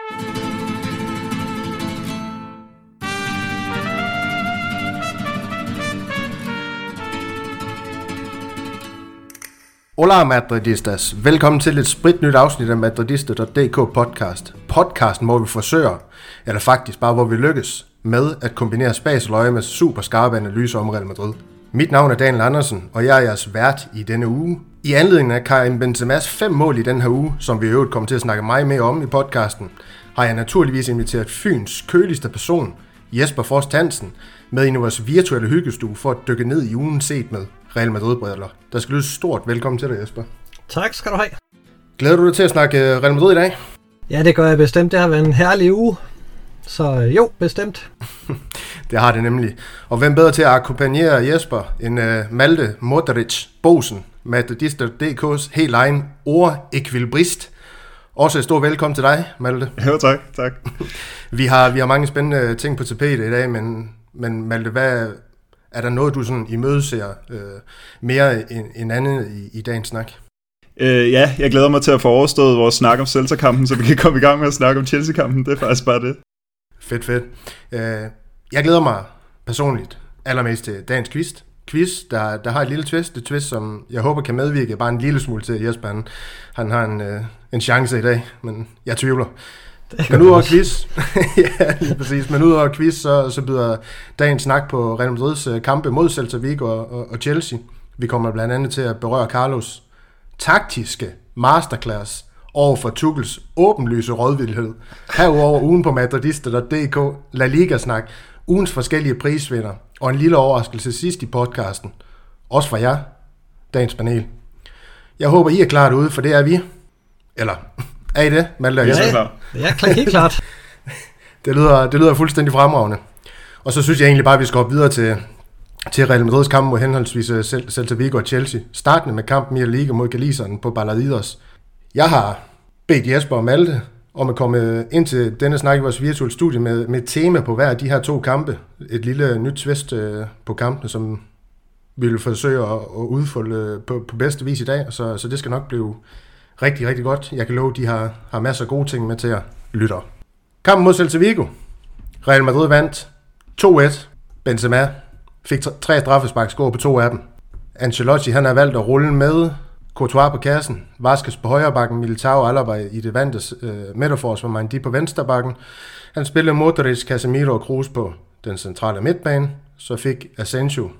Hola Madridistas. Velkommen til et spritnyt afsnit af Madridista.dk podcast. Podcasten, hvor vi forsøger, eller faktisk bare hvor vi lykkes, med at kombinere spas og løje med super skarpe analyser om Real Madrid. Mit navn er Daniel Andersen, og jeg er jeres vært i denne uge. I anledning af Karim Benzema's 5 mål i den her uge, som vi i øvrigt kommer til at snakke meget mere om i podcasten, har jeg naturligvis inviteret Fyns køligste person, Jesper Frost Hansen, med i vores virtuelle hyggestue for at dykke ned i ugen set med Real Madrid-briller. Der skal lyde stort velkommen til dig, Jesper. Tak skal du have. Glæder du dig til at snakke Real Madrid i dag? Ja, det gør jeg bestemt. Det har været en herlig uge. Så jo, bestemt. Det har det nemlig. Og hvem bedre til at akkompagnere Jesper end Malte Modric Bosen, Madridista.dk's helt egen ordekvilibrist. Også et stort velkommen til dig, Malte. Jo, tak. Vi har mange spændende ting på tapetet i dag, men Malte, er der noget, du sådan imødeser mere end andet i dagens snak? Ja, jeg glæder mig til at få overstået vores snak om Celta-kampen, så vi kan komme i gang med at snakke om Chelsea-kampen. Det er faktisk bare det. Fedt. Jeg glæder mig personligt allermest til dagens quiz, der har et lille twist. Et twist, som jeg håber kan medvirke bare en lille smule til Jesper. Han har en chance i dag, men jeg tvivler. Men udover quiz, ja, lige præcis. Men udover quiz, så byder dagens snak på Real Madrids kampe mod Celta Vigo og Chelsea. Vi kommer blandt andet til at berøre Carlos taktiske masterclass over for Tuchels åbenlyse rådvildhed. Herudover ugen på Madridista.dk, La Liga-snak, ugens forskellige prisvinder og en lille overraskelse sidst i podcasten. Også for jer, dagens panel. Jeg håber, I er klar derude, for det er vi. Eller, er I det, Malte? Ja, det er helt klart. Det lyder fuldstændig fremragende. Og så synes jeg egentlig bare, at vi skal hoppe videre til Real Madrids kamp mod henholdsvis Celta Vigo og Chelsea. Startende med kampen i La Liga mod Galiseren på Baladeros. Jeg har bedt Jesper og Malte om at komme ind til denne snak i vores virtuelle studie med et tema på hver af de her to kampe. Et lille nyt twist på kampene, som vi vil forsøge at udfolde på bedste vis i dag. Så det skal nok blive rigtig, rigtig godt. Jeg kan love, at de har masser af gode ting med til at lytte. Kampen mod Celta Vigo. Real Madrid vandt 2-1. Benzema fik 3 straffesparkscore på 2 af dem. Ancelotti han har valgt at rulle med Courtois på kassen, Vázquez på højre bakken, Militao og Alaba i det vante midterforsvar, Mendy på venstre bakken. Han spillede Modric, Casemiro og Kroos på den centrale midtbane. Så fik Asensio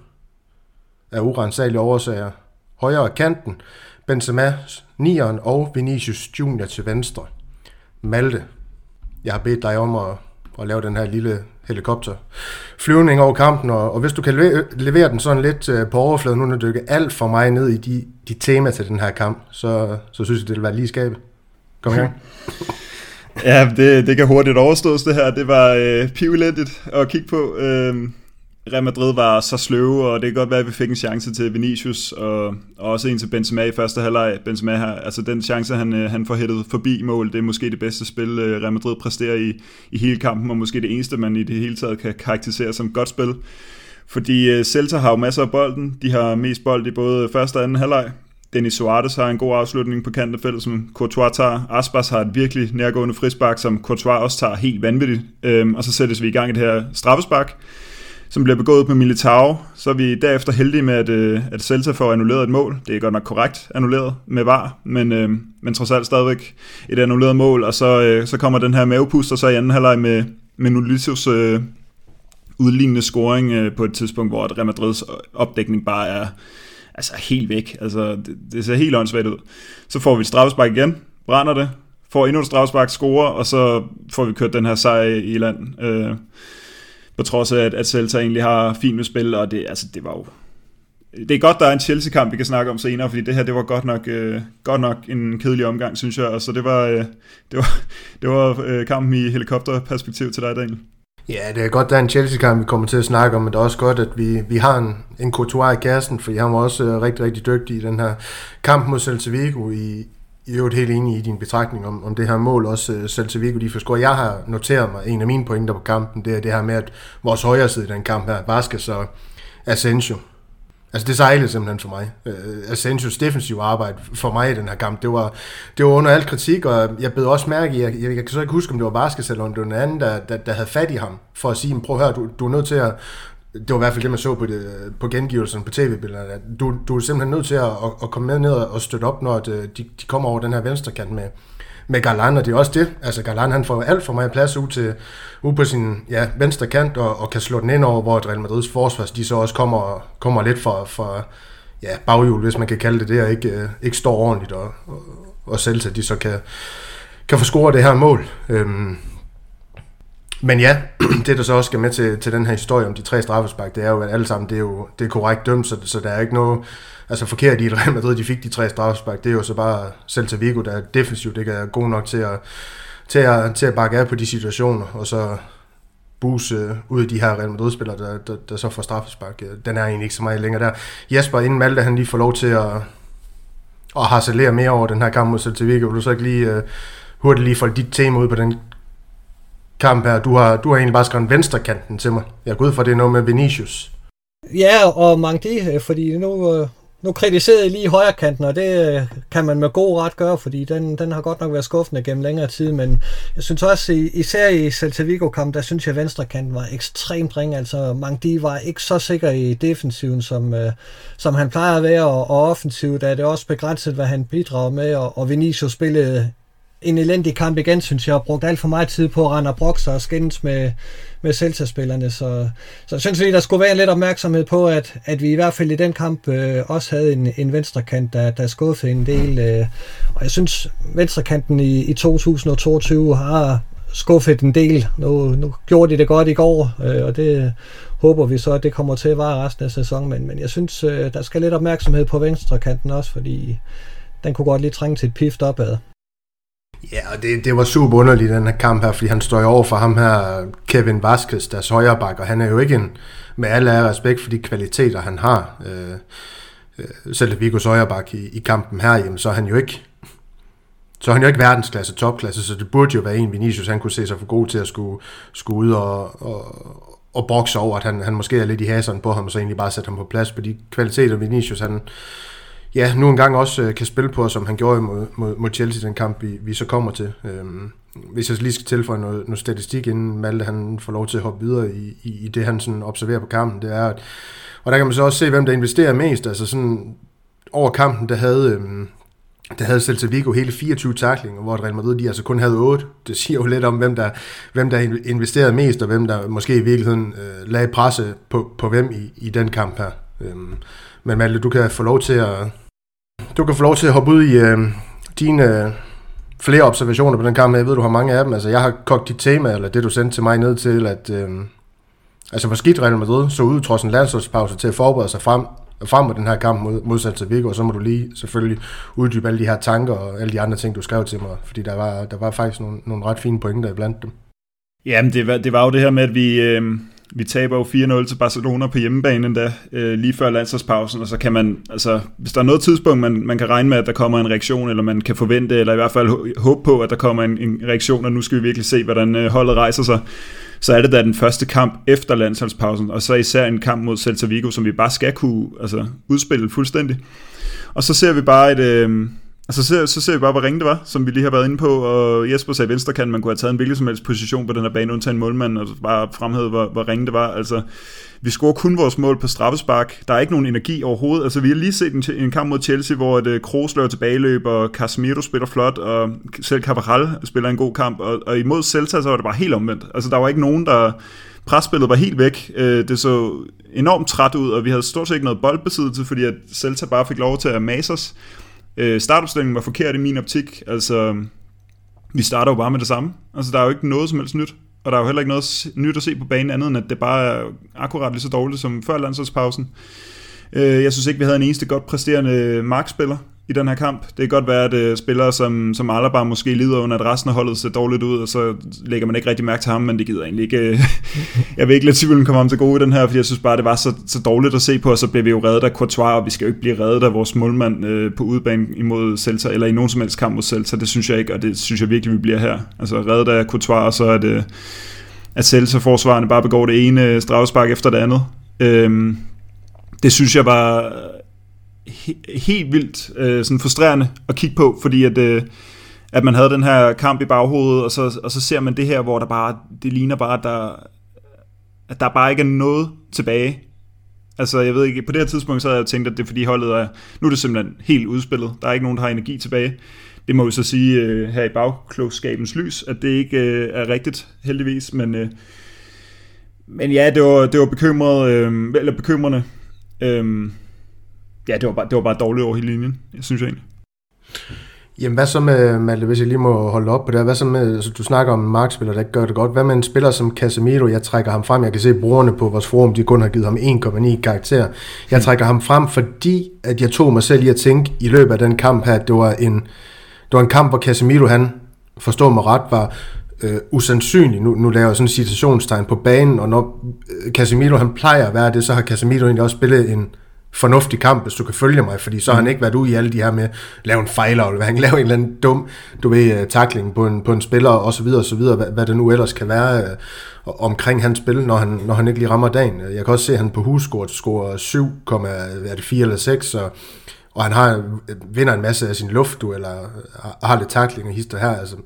af urensagelige årsager højre kanten, Benzema 9'eren og Vinicius Junior til venstre. Malte, jeg har bedt dig om at lave den her lille helikopterflyvning over kampen, og hvis du kan levere den sådan lidt på overfladen, uden at dykke alt for meget ned i de temaer til den her kamp, så synes jeg, det vil være lige skabet. Kom i gang. Ja, det kan hurtigt overstås det her. Det var pivelettigt at kigge på. Real Madrid var så sløve, og det kan godt være, at vi fik en chance til Vinicius, og også en til Benzema i første halvleg. Benzema her, altså den chance, han får hættet forbi mål, det er måske det bedste spil, Real Madrid præsterer i hele kampen, og måske det eneste, man i det hele taget kan karakterisere som godt spil. Fordi Celta har jo masser af bolden, de har mest bold i både første og anden halvleg. Denis Suarez har en god afslutning på kanten af feltet, som Courtois tager. Aspas har et virkelig nærgående frispark, som Courtois også tager helt vanvittigt. Og så sættes vi i gang i det her straffespark, som bliver begået med Militao. Så er vi derefter heldige med, at Celta får annulleret et mål. Det er godt nok korrekt annulleret med VAR, men trods alt stadigvæk et annulleret mål. Og så kommer den her mavepuster så i anden halvleg med Nolisios udlignende scoring på et tidspunkt, hvor Real Madrids opdækning bare er altså helt væk. Altså, det ser helt åndssvagt ud. Så får vi et straffespark igen, brænder det, får endnu et straffespark, scorer, og så får vi kørt den her sejr i land. På trods af, at Celta egentlig har fint med spil, og det var jo... Det er godt, der er en Chelsea-kamp, vi kan snakke om senere, fordi det her, det var godt nok en kedelig omgang, synes jeg, og så det var kampen i helikopterperspektiv til dig, Daniel. Ja, det er godt, der er en Chelsea-kamp, vi kommer til at snakke om, men det er også godt, at vi har en Courtois i kassen, for han var også rigtig, rigtig dygtig i den her kamp mod Celta Vigo. I øvrigt helt enig i din betragtning om det her mål, også Celta Vigo, de får scoret. Jeg har noteret mig, en af mine pointer på kampen, det er det her med, at vores højre side i den kamp her, Vázquez og Asensio, Altså det sejlede simpelthen for mig. Asensios defensive arbejde for mig i den her kamp, det var under al kritik, og jeg bed også mærke i, jeg kan så ikke huske, om det var Vazquez eller om det var den anden, der havde fat i ham, for at sige, prøv at høre, du er nødt til at, det var i hvert fald det, man så på gengivelsen på tv-billederne, du er simpelthen nødt til at komme med ned og støtte op, når de kommer over den her venstre kant med Garland, og det er også det. Altså Garland, han får alt for meget plads ud på sin venstre kant og kan slå den ind over, hvor Real Madrids forsvar, de så også kommer lidt for baghjul, hvis man kan kalde det det, og ikke står ordentligt, og Celta, de så kan få scoret det her mål. Men ja, det der så også skal med til den her historie om de 3 straffespark, det er jo, at alle sammen, det er korrekt dømt, så der er ikke noget forkert i, at Real Madrid, de fik de 3 straffespark. Det er jo så bare Celta Vigo, der defensivt ikke er god nok til at bakke af på de situationer, og så buse ud af de her Real Madrid-spillere, der så får straffespark. Den er egentlig ikke så meget længere der. Jesper, inden Malte, han lige får lov til at harcelere mere over den her kamp mod Celta Vigo, vil du så ikke lige hurtigt lige få dit tema ud på den kamp her? Du har egentlig bare skrevet venstrekanten til mig. Jeg går ud fra, det er noget med Vinicius. Ja, og Mangdi, fordi nu kritiserede jeg lige højre kanten, og det kan man med god ret gøre, fordi den har godt nok været skuffende gennem længere tid, men jeg synes også, især i Celta Vigo-kamp, der synes jeg, at venstre kanten var ekstremt ringe. Altså Mangdi var ikke så sikker i defensiven, som han plejer at være, og offensivt er det også begrænset, hvad han bidrager med, og Vinicius spillede en elendig kamp igen, synes jeg, og brugt alt for meget tid på at rende og brokke sig og skændes med Celta-spillerne. Så jeg synes lige, der skulle være lidt opmærksomhed på, at vi i hvert fald i den kamp også havde en venstrekant, der skuffede en del. Og jeg synes, venstrekanten i 2022 har skuffet en del. Nu gjorde de det godt i går, og det håber vi så, at det kommer til at vare resten af sæsonen. Men jeg synes, der skal lidt opmærksomhed på venstrekanten også, fordi den kunne godt lige trænge til et pift opad. Ja, og det var super underligt, den her kamp her, fordi han står over for ham her, Kevin Vazquez, deres højreback, og han er jo ikke med alle respekt for de kvaliteter, han har. Celta Vigos højreback i kampen her, jamen, så er han jo ikke verdensklasse, topklasse, så det burde jo være en Vinicius, han kunne se sig for god til at skulle ud og brokse over, at han måske er lidt i haseren på ham, og så egentlig bare sætte ham på plads på de kvaliteter, Vinicius, han nu engang også kan spille på, som han gjorde mod Chelsea, den kamp, vi så kommer til. Hvis jeg lige skal tilføje noget statistik, inden Malte han får lov til at hoppe videre i det, han sådan observerer på kampen, det er, at, og der kan man så også se, hvem der investerer mest. Altså sådan over kampen, der havde Celta Vigo hele 24 tacklinger, hvor Real Madrid de altså kun havde 8. Det siger jo lidt om, hvem der investerede mest, og hvem der måske i virkeligheden lagde presse på hvem i den kamp her. Men Malte, du kan få lov til at hoppe ud i dine flere observationer på den kamp. Jeg ved, du har mange af dem. Altså, jeg har kogt dit tema, eller det du sendte til mig ned til, at hvor skidt Real Madrid så ud trods en landsholdspause til at forberede sig frem mod den her kamp mod Celta Vigo, og så må du lige selvfølgelig uddybe alle de her tanker og alle de andre ting, du skrev til mig, fordi der var faktisk nogle ret fine pointer iblandt dem. Jamen, det var jo det her med, at vi taber jo 4-0 til Barcelona på hjemmebane endda, lige før landsholdspausen, og så kan man, altså, hvis der er noget tidspunkt, man kan regne med, at der kommer en reaktion, eller man kan forvente, eller i hvert fald håbe på, at der kommer en reaktion, og nu skal vi virkelig se, hvordan holdet rejser sig, så er det da den første kamp efter landsholdspausen, og så især en kamp mod Celta Vigo, som vi bare skal kunne udspille fuldstændig. Og så ser vi bare så ser vi bare, hvor ringe det var, som vi lige har været inde på, og Jesper sagde venstrekant, man kunne have taget en hvilken som helst position på den her bane, undtagen målmanden, og bare fremhævet, hvor ringe det var. Altså, vi scorer kun vores mål på straffespark. Der er ikke nogen energi overhovedet. Altså, vi har lige set en kamp mod Chelsea, hvor Kroos løber tilbageløb, og Casemiro spiller flot, og selv Cabral spiller en god kamp, og imod Celta, så var det bare helt omvendt. Altså, der var ikke nogen, der... Presspillet var helt væk. Det så enormt træt ud, og vi havde stort set ikke noget boldbesiddelse, fordi at Celta bare fik lov til at mase os. Startopstillingen var forkert i min optik. Altså, vi starter jo bare med det samme. Altså, der er jo ikke noget som helst nyt. Og der er jo heller ikke noget nyt at se på banen andet, end at det bare er akkurat lige så dårligt som før landsholdspausen. Jeg synes ikke, vi havde en eneste godt præsterende markspiller i den her kamp. Det kan godt være, at spillere som Alaba måske lider under, at resten af holdet ser dårligt ud, og så lægger man ikke rigtig mærke til ham, men det gider egentlig ikke. Jeg vil ikke lade tvivlen komme ham til gode i den her, fordi jeg synes bare, det var så dårligt at se på, og så bliver vi jo reddet af Courtois, og vi skal jo ikke blive reddet af vores målmand på udebane imod Celta, eller i nogen som helst kamp mod Celta. Det synes jeg ikke, og det synes jeg virkelig, vi bliver her. Altså reddet af Courtois, og så at Celta-forsvarerne bare begår det ene straffespark efter det andet. Det synes jeg var helt vildt sådan frustrerende at kigge på, fordi at man havde den her kamp i baghovedet, og så ser man det her, hvor det ligner bare, at der bare ikke er noget tilbage. Altså, jeg ved ikke, på det her tidspunkt, så havde jeg tænkt, at det er fordi holdet nu er det simpelthen helt udspillet. Der er ikke nogen, der har energi tilbage. Det må vi så sige her i bagklogskabens lys, at det ikke er rigtigt, heldigvis. Men ja, det var bekymrende. Ja, det var bare dårligt over hele linjen, synes jeg egentlig. Jamen hvad så med, Malte, hvis jeg lige må holde op på det, hvad så med, altså, du snakker om en markspiller, der ikke gør det godt, hvad med en spiller som Casemiro? Jeg trækker ham frem, jeg kan se brugerne på vores forum, de kun har givet ham 1,9 karakter. Jeg trækker ham frem, fordi at jeg tog mig selv i at tænke i løbet af den kamp her, at det var en kamp, hvor Casemiro, han, forstår mig ret, var usandsynlig. Nu laver jeg sådan en citationstegn på banen, og når Casemiro, han plejer at være det, så har Casemiro egentlig også spillet en fornuftig kamp, hvis du kan følge mig, fordi så har han ikke været ude i alle de her med at lave en fejlaflevering, lave en eller anden dum, tackling på en spiller, og så videre, hvad det nu ellers kan være omkring hans spil, når han ikke lige rammer dagen. Jeg kan også se, at han på huskort scorer 7,4 eller 6, og han vinder en masse af sin luftdueller, har lidt tackling og hister her, altså.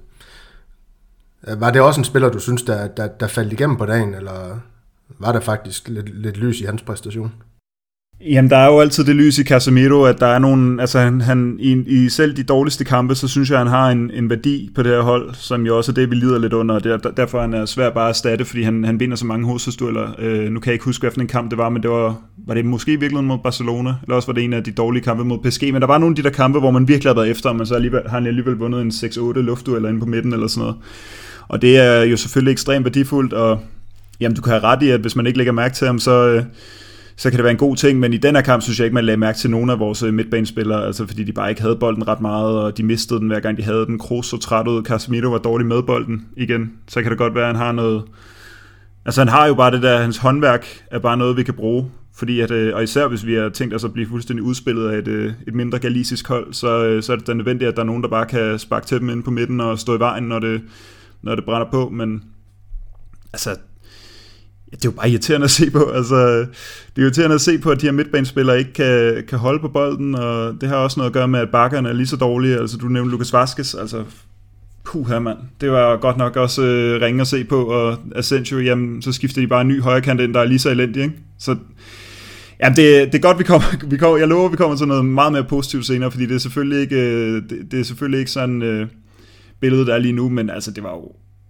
Var det også en spiller, du synes, der faldt igennem på dagen, eller var der faktisk lidt lys i hans præstation? Jamen, der er jo altid det lys i Casemiro, at der er nogen, altså han i selv de dårligste kampe, så synes jeg, han har en værdi på det her hold, som jo også er det, vi lider lidt under, og derfor han er svær bare at erstatte, fordi han vinder så mange hovedstødstueller. Nu kan jeg ikke huske, hvilken en kamp det var, men var det måske i virkeligheden mod Barcelona, eller også var det en af de dårlige kampe mod PSG, men der var nogle af de der kampe, hvor man virkelig har været efter, men så har han alligevel vundet en 6-8 luftdueller inde på midten eller sådan noget. Og det er jo selvfølgelig ekstremt værdifuldt, og jamen, du kan have ret i, at hvis man ikke lægger mærke til ham, så kan det være en god ting, men i den her kamp synes jeg ikke, man lagde mærke til nogen af vores midtbanespillere, altså fordi de bare ikke havde bolden ret meget, og de mistede den hver gang de havde den. Kroos så træt ud, Casemiro var dårlig med bolden igen, så kan det godt være, at han har noget. Altså han har jo bare det der, hans håndværk er bare noget, vi kan bruge, fordi og især hvis vi har tænkt os at blive fuldstændig udspillet af et mindre galisisk hold, så er det da nødvendigt, at der er nogen, der bare kan sparke til dem inde på midten og stå i vejen, når det brænder på, men altså det er jo bare irriterende at se på. Altså, det er irriterende at se på, at de her midtbanespillere ikke kan holde på bolden, og det har også noget at gøre med, at bakkerne er lige så dårlige. Altså, du nævnte Lucas Vazquez, altså puha mand. Det var godt nok også ringe at se på, og Asensio, jamen, så skifter de bare en ny højrekant ind, der er lige så elendig, ikke? Så jamen, det er godt, jeg lover, vi kommer til noget meget mere positivt senere, fordi det er selvfølgelig ikke sådan billedet, der er lige nu, men altså, det var jo.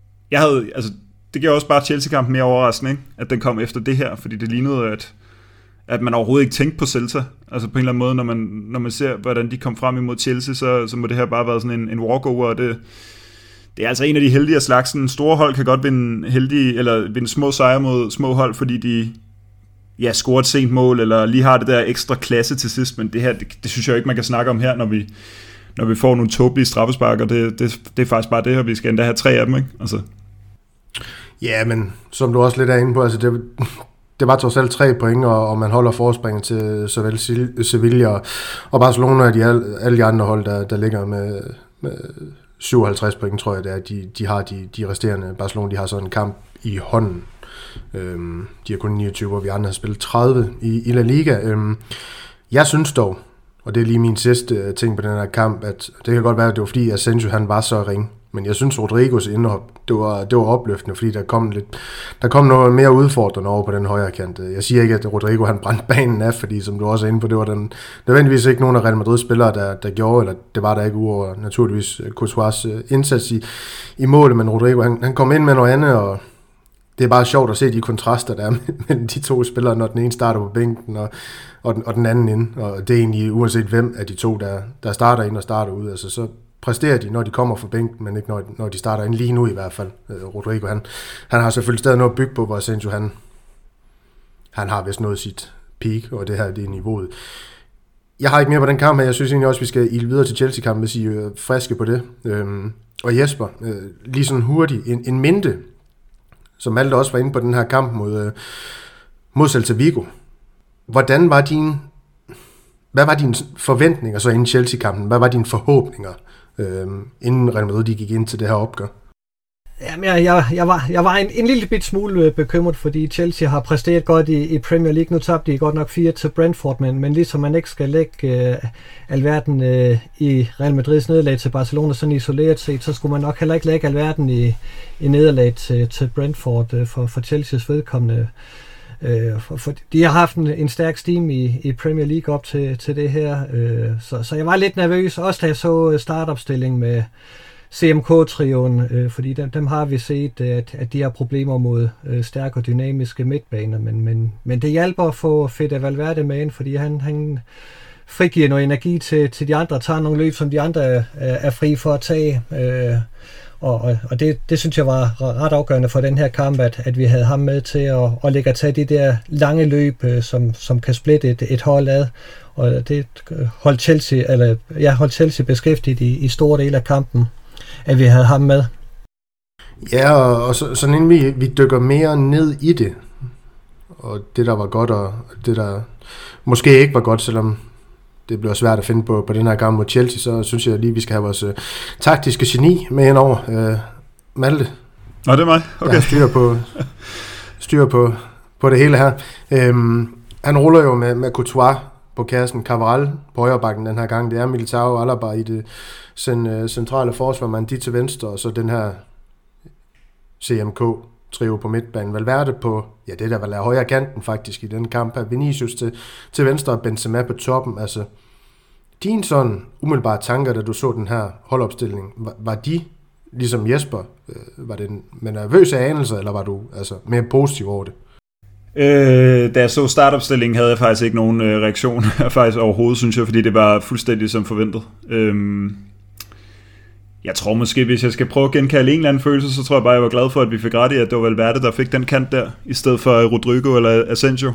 Det gjorde også bare Chelsea-kampen mere overraskende, ikke? At den kom efter det her, fordi det lignede, at man overhovedet ikke tænkte på Celta. Altså på en eller anden måde, når man ser, hvordan de kom frem imod Chelsea, så må det her bare være sådan en walkover, og det er altså en af de heldige af slagsen. Store hold kan godt vinde små sejre mod små hold, fordi de scorer et sent mål, eller lige har det der ekstra klasse til sidst, men det her, det synes jeg ikke, man kan snakke om her, når vi får nogle tåbelige straffesparker. Det er faktisk bare det her, vi skal endda have 3 af dem, ikke? Altså. Ja, men som du også lidt er inde på, altså det var trods alt 3 point, og man holder forspringet til såvel Sevilla og Barcelona, og alle de andre hold, der ligger med 57 point, tror jeg det er, de har de resterende. Barcelona, de har sådan en kamp i hånden. De har kun 29, hvor vi andre har spillet 30 i La Liga. Jeg synes dog, og det er lige min sidste ting på den her kamp, at det kan godt være, at det var fordi Asensio, han var så ringe. Men jeg synes, Rodrigos indhop, det var opløftende, fordi der kom noget mere udfordrende over på den højre kant. Jeg siger ikke, at Rodrigo han brændte banen af, fordi som du også er inde på, det var den nødvendigvis ikke nogen af Real Madrid-spillere, der gjorde, eller det var der ikke uover naturligvis Courtois indsats i målet, men Rodrigo han kom ind med noget andet, og det er bare sjovt at se de kontraster, der er mellem de to spillere, når den ene starter på bænken, og den anden ind, og det er egentlig uanset hvem af de to, der starter ind og starter ud, altså så præsterer de, når de kommer fra bænken, men ikke når de starter ind, lige nu i hvert fald. Rodrigo, han har selvfølgelig stadig noget at bygge på, hvor Asensio, han har vist nået sit peak, og det her, det er niveauet. Jeg har ikke mere på den kamp her, jeg synes egentlig også, vi skal ilde videre til Chelsea-kampen, hvis I er friske på det. Og Jesper, lige sådan hurtigt, en minde, som Malte også var inde på den her kamp mod Celta Vigo. Hvad var dine forventninger så inden Chelsea-kampen? Hvad var dine forhåbninger, inden Real Madrid de gik ind til det her opgør? Jamen, jeg var en lille bit smule bekymret, fordi Chelsea har præsteret godt i Premier League. Nu tabte de godt nok 4 til Brentford, men ligesom man ikke skal lægge alverden i Real Madrids nederlag til Barcelona sådan isoleret set, så skulle man nok heller ikke lægge alverden i nederlag til Brentford for Chelseas vedkommende. For de har haft en stærk steam i Premier League op til det her, så jeg var lidt nervøs, også da jeg så startopstillingen med CMK-trioen, fordi dem har vi set, at de har problemer mod stærke og dynamiske midtbaner, men det hjælper at få Fede Valverde med ind, fordi han frigiver noget energi til de andre, tager nogle løb, som de andre er fri for at tage, og det synes jeg var ret afgørende for den her kamp, at vi havde ham med til at lægge at tage de der lange løb, som kan splitte et hold ad, og det holdt Chelsea beskæftiget i store dele af kampen, at vi havde ham med. Ja, og sådan inden vi dykker mere ned i det, og det der var godt, og det der måske ikke var godt, selvom det bliver svært at finde på den her kamp mod Chelsea, så synes jeg lige, vi skal have vores taktiske geni med indover. Malte. Nå, det er mig. Okay. Styr på det hele her. Han ruller jo med Courtois på kassen, Cavaral på højrebakken den her gang. Det er Militao og Alaba i det centrale forsvar, man de til venstre, og så den her CMK-trio på midtbanen. Valverde på, ja, det der var højre kanten faktisk i den kamp her. Vinicius til venstre og Benzema på toppen. Altså, dine sådan umiddelbare tanker, da du så den her holdopstilling, var de, ligesom Jesper, var det med nervøse anelser, eller var du altså mere positiv over det? Da jeg så startopstillingen, havde jeg faktisk ikke nogen reaktion faktisk overhovedet, synes jeg, fordi det var fuldstændig som forventet. Jeg tror måske, hvis jeg skal prøve at genkalde en eller anden følelse, så tror jeg bare, jeg var glad for, at vi fik ret i, at det var Valverde, der fik den kant der, i stedet for Rodrigo eller Asensio.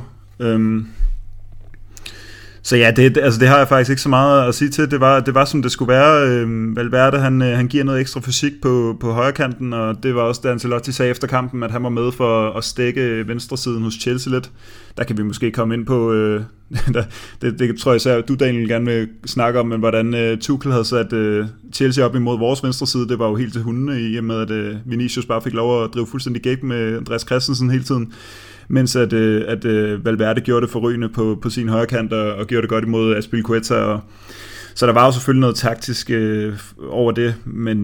Så ja, det har jeg faktisk ikke så meget at sige til. Det var som det skulle være. Valverde, han giver noget ekstra fysik på højre kanten, og det var også det, Ancelotti sagde efter kampen, at han var med for at stække venstresiden hos Chelsea lidt. Der kan vi måske komme ind på, det tror jeg især, du Daniel gerne vil snakke om, men hvordan Tuchel havde sat Chelsea op imod vores venstreside, det var jo helt til hundene, i og med at Vinicius bare fik lov at drive fuldstændig gæk med Andreas Christensen hele tiden, mens at Valverde gjorde det forrygende på sin højre kant og gjorde det godt imod Azpilicueta. Så der var jo selvfølgelig noget taktisk over det, men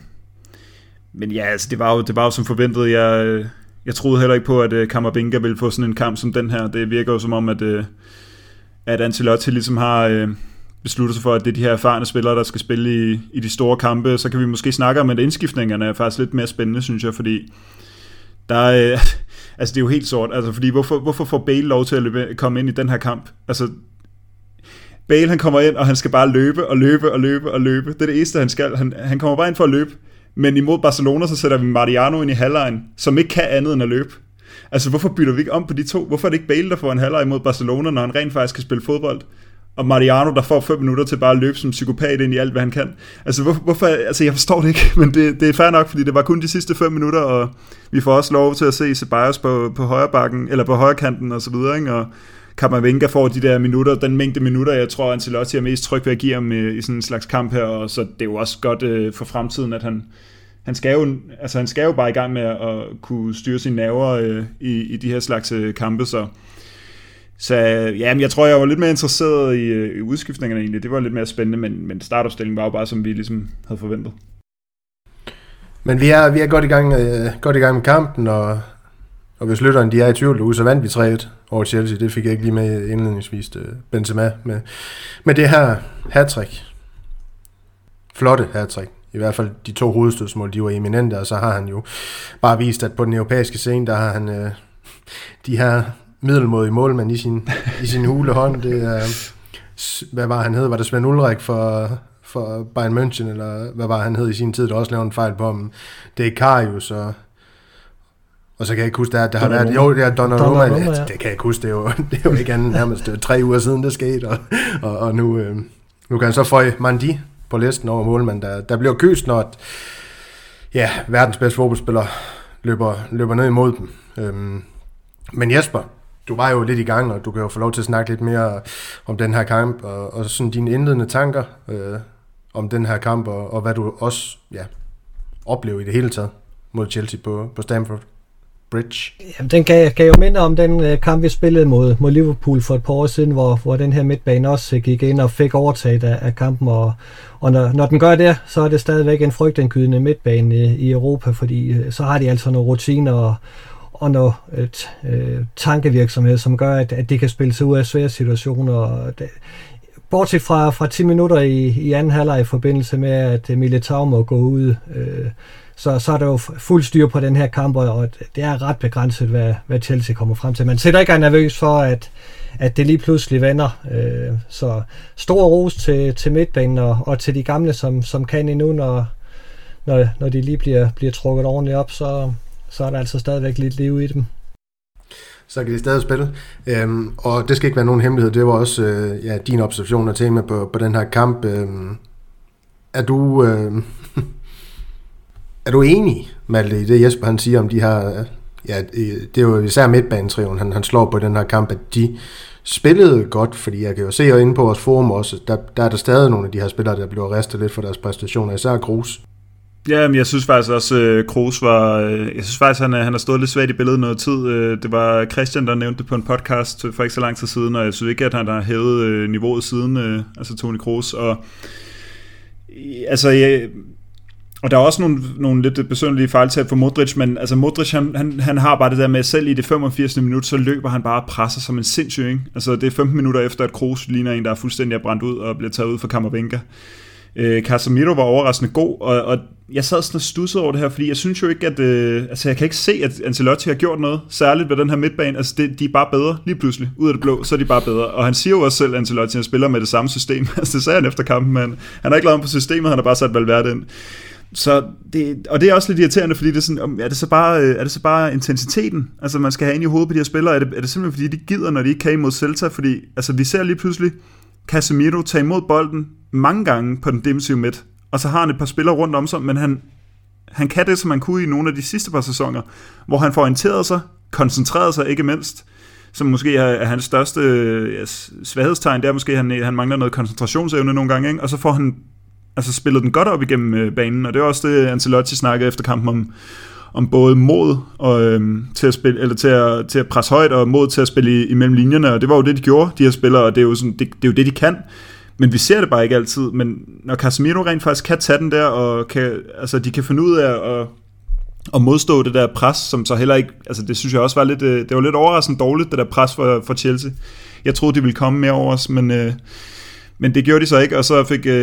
ja, altså det var jo som forventet. Jeg troede heller ikke på, at Camavinga ville få sådan en kamp som den her. Det virker jo som om, at Ancelotti ligesom har besluttet sig for, at det er de her erfarne spillere, der skal spille i de store kampe. Så kan vi måske snakke om, at indskiftningerne er faktisk lidt mere spændende, synes jeg, fordi der er... Altså det er jo helt sort, altså fordi hvorfor får Bale lov til at komme ind i den her kamp? Altså Bale han kommer ind, og han skal bare løbe og løbe og løbe og løbe. Det er det eneste han skal. Han kommer bare ind for at løbe. Men imod Barcelona, så sætter vi Mariano ind i halvlejen, som ikke kan andet end at løbe. Altså hvorfor bytter vi ikke om på de to? Hvorfor er det ikke Bale, der får en halvleg imod Barcelona, når han rent faktisk kan spille fodbold? Og Mariano, der får 5 minutter til bare at løbe som psykopat ind i alt, hvad han kan. Altså, hvorfor? Altså, jeg forstår det ikke, men det er fair nok, fordi det var kun de sidste 5 minutter, og vi får også lov til at se Ceballos på højre bakken, eller på højre kanten og så videre, ikke? Og Camavinga får de der minutter, den mængde minutter, jeg tror, Ancelotti er mest tryg ved at give ham i sådan en slags kamp her, og så det er jo også godt for fremtiden, at han skal jo bare i gang med at kunne styre sine nerver i de her slags kampe, Så ja, jeg tror, jeg var lidt mere interesseret i udskiftningerne egentlig. Det var lidt mere spændende, men startopstillingen var jo bare, som vi ligesom havde forventet. Men vi er godt i gang med kampen, og hvis lytteren de er i tvivl, så vandt vi 3-1 over Chelsea. Det fik jeg ikke lige med indledningsvis Benzema med det her hattrick. Flotte hattrick. I hvert fald de 2 hovedstødsmål, de var eminente, og så har han jo bare vist, at på den europæiske scene, der har han de her middelmådige målmand i sin hulehånd. Det er, hvad var han hed? Var det Sven Ulrik for Bayern München, eller hvad var han hed i sin tid, der også lavede en fejl på ham? Det er Karius, og så kan jeg ikke huske, der har været... Jo, det er Donnarumma. Ja. Det kan jeg ikke huske, det er jo ikke andet nærmest 3 uger siden, det skete, og nu kan han så få Mandi på listen over målmand, der bliver kyst, når verdens bedste fodboldspiller løber ned imod dem. Men Jesper, du var jo lidt i gang, og du kan jo få lov til at snakke lidt mere om den her kamp, og sådan dine indledende tanker om den her kamp, og hvad du også oplever i det hele taget mod Chelsea på Stamford Bridge. Jamen, den gav jo mindre om den kamp, vi spillede mod Liverpool for et par år siden, hvor den her midtbane også gik ind og fik overtaget af kampen, og når den gør det, så er det stadigvæk en frygtindgydende midtbane i Europa, fordi så har de altså nogle rutiner og noget tankevirksomhed, som gør, at de kan spille sig ud af svære situationer. Bortset fra 10 minutter i anden halvleg i forbindelse med, at Militao må gå ud, så er der jo fuld styr på den her kamp, og det er ret begrænset, hvad Chelsea kommer frem til. Man sætter ikke er nervøs for, at det lige pludselig vender. Så stor ros til midtbanen og til de gamle, som kan endnu, når de lige bliver trukket ordentligt op, så er der altså stadigvæk lidt liv i dem. Så kan de stadig spille. Og det skal ikke være nogen hemmelighed. Det var også din observation og tema på den her kamp. Er du enig, Malte, i det Jesper han siger om de her... det er jo især midtbanetrioen, han slår på den her kamp, at de spillede godt, fordi jeg kan jo se inde på vores forum også, der er der stadig nogle af de her spillere, der bliver ristet lidt for deres præstationer, især Kroos. Ja, men jeg synes faktisk også, Kroos var... Jeg synes faktisk, han har stået lidt svagt i billedet noget tid. Det var Christian, der nævnte det på en podcast for ikke så lang tid siden, og jeg synes ikke, at han har hævet niveauet siden, altså Toni Kroos. Og og der er også nogle lidt besynderlige fejltab for Modric, men altså Modric, han har bare det der med, selv i det 85. minut, så løber han bare og presser som en sindssyg, ikke? Altså det er 15 minutter efter, at Kroos ligner en, der er fuldstændig brændt ud og bliver taget ud for Camavinga. Casemiro var overraskende god, og jeg sad sådan og studsede over det her, fordi jeg synes jo ikke, at jeg kan ikke se, at Ancelotti har gjort noget særligt ved den her midtbane. Altså de er bare bedre lige pludselig, ud af det blå, så er de bare bedre. Og han siger jo også selv, at Ancelotti spiller med det samme system. Altså det sagde han efter kampen, men han har ikke lavet om på systemet, han har bare sat Valverde ind. Så og det er også lidt irriterende, fordi det er sådan, er det så bare intensiteten, altså man skal have ind i hovedet på de her spillere, er det simpelthen fordi de gider, når de ikke kan imod Celta, fordi altså vi ser lige pludselig Casemiro tage imod bolden mange gange på den defensive midt, og så har han et par spillere rundt om sig, men han kan det, som han kunne i nogle af de sidste par sæsoner, hvor han får orienteret sig, koncentreret sig ikke mindst, som måske er hans største svaghedstegn, det er måske, at han mangler noget koncentrationsevne nogle gange, ikke? Og så får han altså spillet den godt op igennem banen, og det er også det, Ancelotti snakkede efter kampen om både mod og, til at spille, eller til at presse højt, og mod til at spille imellem linjerne, og det var jo det, de gjorde, de her spillere, og det er jo, sådan, det er jo det, de kan, men vi ser det bare ikke altid, men når Casemiro rent faktisk kan tage den der, og de kan finde ud af at modstå det der pres, som så heller ikke, altså det synes jeg også var lidt, det var lidt overraskende dårligt, det der pres for Chelsea. Jeg troede, de ville komme mere over os, men det gjorde de så ikke, og så fik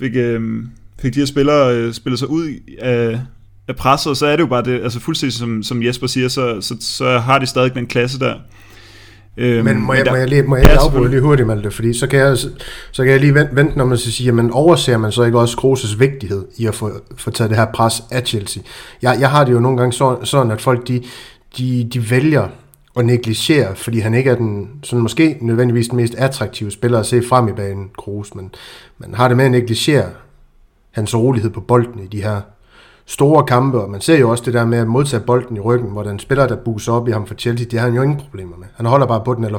de her spillere spillet sig ud af presset, og så er det jo bare det, altså fuldstændig som Jesper siger, så har de stadig den klasse der. Men må jeg lige afbryde lige hurtigt, Malte, fordi så kan jeg lige vente, når man så siger, men overser man så ikke også Kroos' vigtighed i at få taget det her pres af Chelsea? Jeg har det jo nogle gange sådan, at folk de vælger at negligere, fordi han ikke er den sådan måske nødvendigvis den mest attraktive spiller at se frem i banen, Kroos, men man har det med at negligere hans rolighed på bolden i de her store kampe, og man ser jo også det der med at modtage bolden i ryggen, hvor den spiller, der buser op i ham for Chelsea, det har han jo ingen problemer med. Han holder bare på den, eller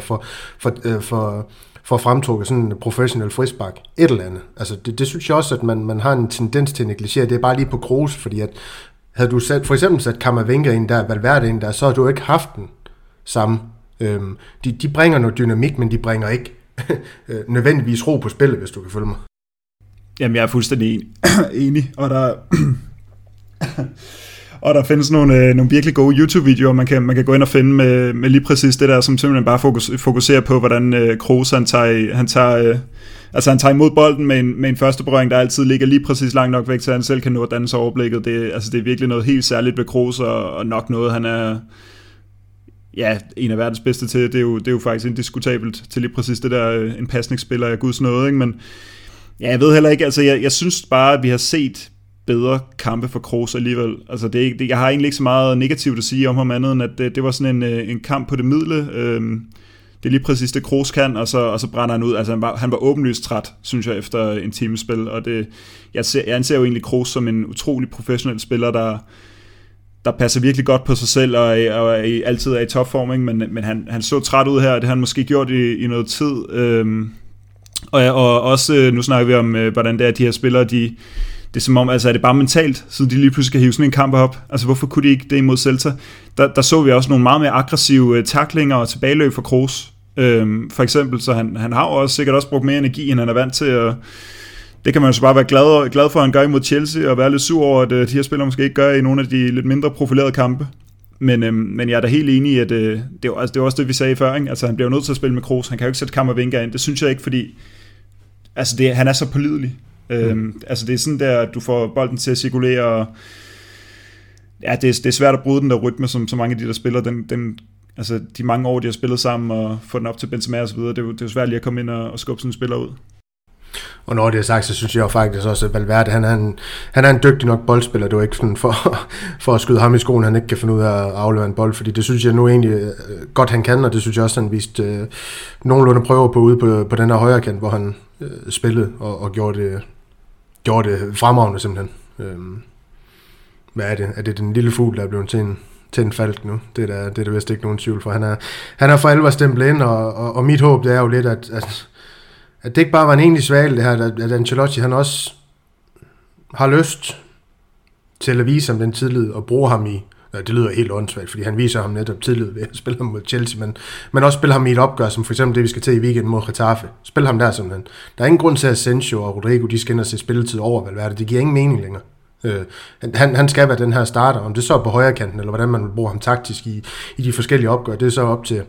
for fremtrukket sådan en professionel frispark, et eller andet. Altså det synes jeg også, at man har en tendens til at negligere. Det er bare lige på Kroos, fordi at havde du for eksempel sat Camavinga ind der, Valverde ind der, så har du ikke haft den samme. De bringer noget dynamik, men de bringer ikke nødvendigvis ro på spillet, hvis du kan følge mig. Jamen, jeg er fuldstændig enig, og der findes nogle virkelig gode YouTube-videoer, man kan gå ind og finde med lige præcis det der, som simpelthen bare fokuserer på, hvordan Kroos han tager imod bolden med en første berøring, der altid ligger lige præcis langt nok væk, så han selv kan nå at danne sig overblikket. Det er virkelig noget helt særligt ved Kroos, og nok noget, han er en af verdens bedste til. Det er jo faktisk indiskutabelt til lige præcis det der, en pasningsspiller af Guds nåde, ikke? Men ja, jeg ved heller ikke, altså jeg synes bare, at vi har set bedre kampe for Kroos alligevel. Altså jeg har egentlig ikke så meget negativt at sige om ham andet, end at det var sådan en kamp på det midle. Det er lige præcis det Kroos kan, og så brænder han ud. Altså han var åbenlyst træt, synes jeg, efter en timespil, og jeg anser jo egentlig Kroos som en utrolig professionel spiller, der passer virkelig godt på sig selv, og altid er i topform, ikke? Men han så træt ud her, det har han måske gjort i noget tid. Og også, nu snakker vi om, hvordan det er, at de her spillere, de det er som om, altså er det bare mentalt, så de lige pludselig skal hive sådan en kamp op? Altså hvorfor kunne de ikke det imod Celta? Der så vi også nogle meget mere aggressive tacklinger og tilbageløb fra Kroos. For eksempel, så han har jo også sikkert også brugt mere energi, end han er vant til, og det kan man jo så bare være glad for, at han gør imod Chelsea, og være lidt sur over, at de her spillere måske ikke gør i nogle af de lidt mindre profilerede kampe. Men jeg er da helt enig i, at det er også det, vi sagde før, ikke? Altså han bliver nødt til at spille med Kroos, han kan jo ikke sætte Kammervenga ind, det synes jeg ikke, fordi altså han er så pålidelig. Altså det er sådan der, at du får bolden til at cirkulere, og ja, det er svært at bryde den der rytme, som så mange af de der spiller, altså de mange år, de har spillet sammen, og få den op til Benzema og så videre, det er jo svært lige at komme ind og skubbe sådan en spiller ud. Og når det er sagt, så synes jeg jo faktisk også, at Valverde, han er en dygtig nok boldspiller. Det er jo ikke sådan for at skyde ham i skoen, han ikke kan finde ud af at aflevere en bold, fordi det synes jeg nu egentlig godt, han kan, og det synes jeg også, han viste nogenlunde prøver på ude på den her højre kant, hvor han spillede og gjorde det fremragende simpelthen. Hvad er det? Er det den lille fugl, der er blevet til en falk nu? Det er der vist ikke nogen tvivl for. Han er for alvor stemplet ind, og mit håb, det er jo lidt, at det ikke bare var en egentlig svale, det her, at Ancelotti, han også har lyst til at vise ham den tillid, og bruge ham i, det lyder helt åndssvagt, fordi han viser ham netop tillid ved at spille ham mod Chelsea, men også spille ham i et opgør, som for eksempel det, vi skal til i weekenden mod Getafe. Spil ham der simpelthen. Der er ingen grund til, at Asensio og Rodrigo, de skal ind og se spilletid over Valverde. Det giver ingen mening længere. Han skal være den her starter, om det så er på højre kanten, eller hvordan man vil bruge ham taktisk i de forskellige opgør, det er så op til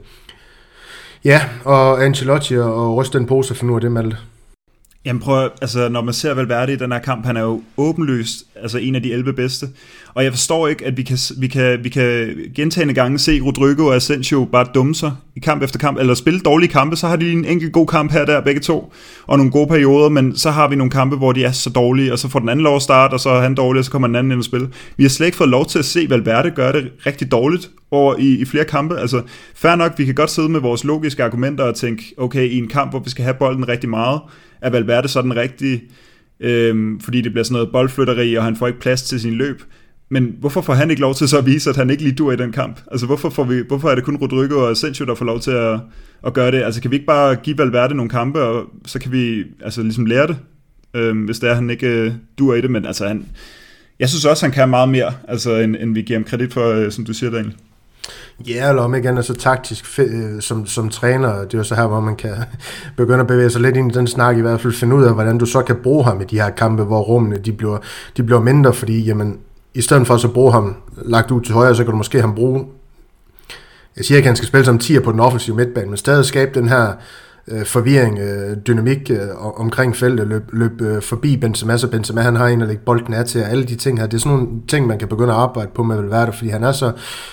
og Ancelotti og ryste den pose for nu af det, Malte. Jamen prøv, altså når man ser Valverde i den her kamp, han er jo åbenlyst altså en af de 11 bedste. Og jeg forstår ikke, at vi kan gentagende gange se Rodrigo og Asensio bare dumme sig i kamp efter kamp, eller spille dårlige kampe. Så har de en enkelt god kamp her der, begge to, og nogle gode perioder, men så har vi nogle kampe, hvor de er så dårlige, og så får den anden lov at starte, og så er han dårlig, og så kommer den anden ind og spille. Vi har slet ikke fået lov til at se Valverde gøre det rigtig dårligt over i flere kampe. Altså fair nok, vi kan godt sidde med vores logiske argumenter og tænke, okay, i en kamp, hvor vi skal have bolden rigtig meget, er Valverde så den rigtige, fordi det bliver sådan noget boldflytteri, og han får ikke plads til sin løb. Men hvorfor får han ikke lov til så at vise, at han ikke lige dur i den kamp? Altså hvorfor er det kun Rodrigo og Asensio, der får lov til at gøre det? Altså kan vi ikke bare give Valverde nogle kampe, og så kan vi altså ligesom lære det, hvis det er, han ikke dur i det. Men altså jeg synes også, han kan meget mere, altså end vi giver ham kredit for, som du siger, Daniel. Ja, eller om ikke andet så taktisk som træner, det er jo så her, hvor man kan begynde at bevæge sig lidt ind i den snak, i hvert fald finde ud af, hvordan du så kan bruge ham i de her kampe, hvor rummene de bliver mindre, fordi jamen, i stedet for at så bruge ham lagt ud til højre, så kan du måske ham bruge, jeg siger ikke, at han skal spille som 10'er på den offensive midtbane, men stadig skabe den her forvirring, dynamik omkring feltet, løb forbi Benzema, så Benzema han har en at lægge bolden af til, og alle de ting her, det er sådan nogle ting, man kan begynde at arbejde på med Valverde, fordi han er så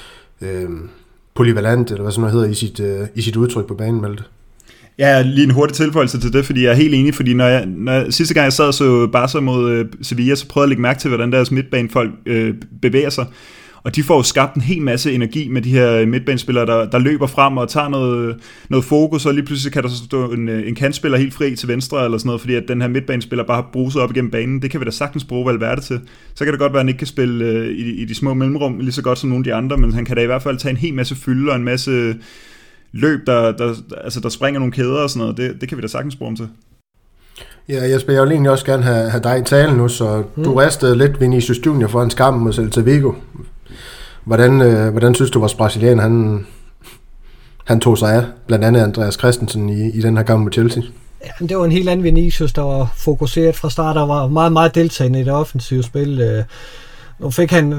polyvalent, eller hvad sådan noget hedder i sit udtryk på banen, Malte. Ja, lige en hurtig tilføjelse til det, fordi jeg er helt enig, fordi når sidste gang jeg sad så Barca mod Sevilla, så prøvede jeg at lægge mærke til, hvordan deres midtbanefolk bevæger sig, og de får jo skabt en hel masse energi med de her midtbanespillere, der løber frem og tager noget fokus, og lige pludselig kan der så stå en kantspiller helt fri til venstre eller sådan noget, fordi at den her midtbanespiller bare har bruset op igennem banen. Det kan vi da sagtens bruge Valverde til. Så kan det godt være, at han ikke kan spille i de små mellemrum lige så godt som nogle af de andre, men han kan da i hvert fald tage en hel masse fylde og en masse løb, der springer nogle kæder og sådan noget. Det kan vi da sagtens bruge ham til. Ja, Jesper, jeg vil egentlig også gerne have dig i talen nu, så du ristede lidt Vinicius Junior for hans kamp mod Celta Vigo. Hvordan synes du, vores brasilianer, han tog sig af, blandt andet Andreas Christensen i den her kamp mod Chelsea? Ja, det var en helt anden Vinicius, der var fokuseret fra start og var meget, meget deltagende i det offensive spil. Nu fik han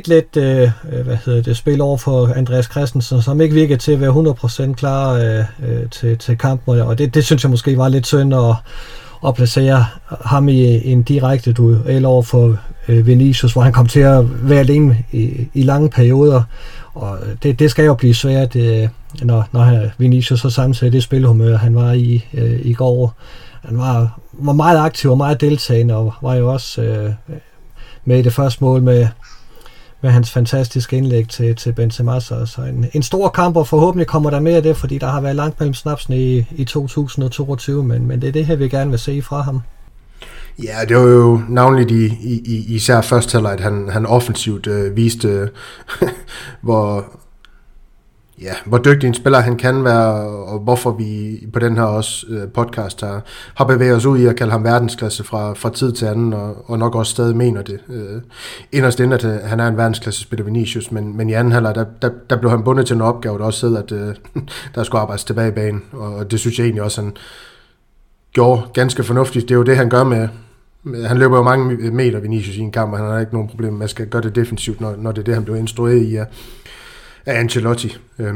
lidt spil over for Andreas Christensen, som ikke virkede til at være 100% klar til kampen, og det synes jeg måske var lidt synd at placere ham i en direkte duel over for Vinicius, hvor han kom til at være alene i lange perioder, og det skal jo blive svært, når Vinicius så samtidig det spilhumør, han var i går. Han var meget aktiv og meget deltagende, og var jo også med i det første mål med hans fantastiske indlæg til Benzema, så en stor kamp, og forhåbentlig kommer der mere af det, fordi der har været langt mellem snapsene i 2022, men det er det her, vi gerne vil se fra ham. Ja, det var jo navnligt især første halvleg, han offensivt viste, hvor hvor dygtig en spiller han kan være, og hvorfor vi på den her også podcast har bevæget os ud i at kalde ham verdensklasse fra tid til anden, og nok også stadig mener det. Inderst inde, at han er en verdensklasse spiller Vinicius, men i anden halvleg, der blev han bundet til en opgave, der også hed, at der skulle arbejdes tilbage i banen, og det synes jeg egentlig også, han gjorde ganske fornuftigt. Det er jo det, han gør med. Han løber jo mange meter, Vinicius, i en kamp, og han har ikke nogen problem med at skal gøre det defensivt, når det er det, han blev instrueret i af Ancelotti.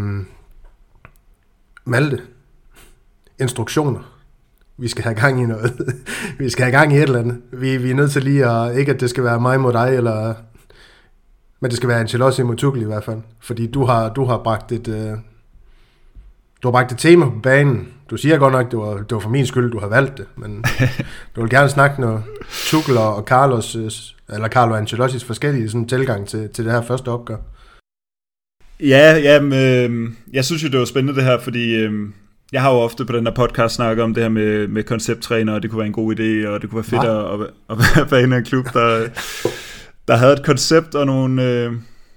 Malte. Instruktioner. Vi skal have gang i noget. Vi skal have gang i et eller andet. Vi er nødt til lige at, ikke at det skal være mig mod dig, men det skal være Ancelotti mod Tuchel i hvert fald. Fordi du har bragt et tema på banen. Du siger godt nok, det var for min skyld, du har valgt det, men du vil gerne snakke noget Tuchel og Carlo Ancelottis forskellige sådan tilgang til det her første opgør. Ja, jeg synes jo, det var spændende det her, fordi jeg har jo ofte på den der podcast snakket om det her med koncepttræner, og det kunne være en god idé, og det kunne være fedt at være fan af en klub, der havde et koncept og nogle...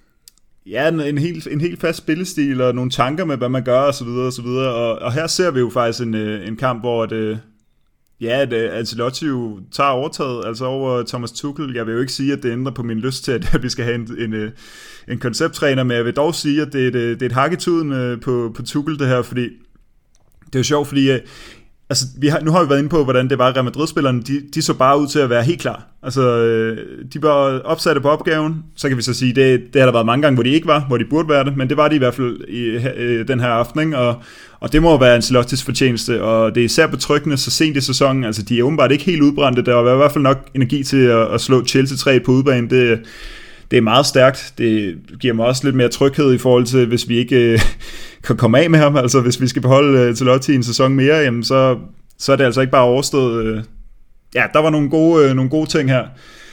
en helt fast spillestil og nogle tanker med, hvad man gør og så videre og så videre. Og her ser vi jo faktisk en kamp, hvor Ancelotti jo tager overtaget, altså over Thomas Tuchel. Jeg vil jo ikke sige, at det ændrer på min lyst til, at vi skal have en koncepttræner, men jeg vil dog sige, at det er et hak i tuden på Tuchel det her, fordi det er jo sjovt, fordi altså, nu har vi været inde på, hvordan det var, Real Madrid-spillerne, de så bare ud til at være helt klar. Altså, de var opsatte på opgaven, så kan vi så sige, det har der været mange gange, hvor de ikke var, hvor de burde være det, men det var de i hvert fald i den her aften, ikke? Og det må være Ancelottis fortjeneste, og det er især betryggende så sent i sæsonen, altså de er åbenbart ikke helt udbrændte, der var i hvert fald nok energi til at slå Chelsea 3 på udbanen, det er meget stærkt. Det giver mig også lidt mere tryghed i forhold til, hvis vi ikke kan komme af med ham. Altså hvis vi skal beholde Ancelotti en sæson mere, jamen, så er det altså ikke bare overstået. Der var nogle gode ting her.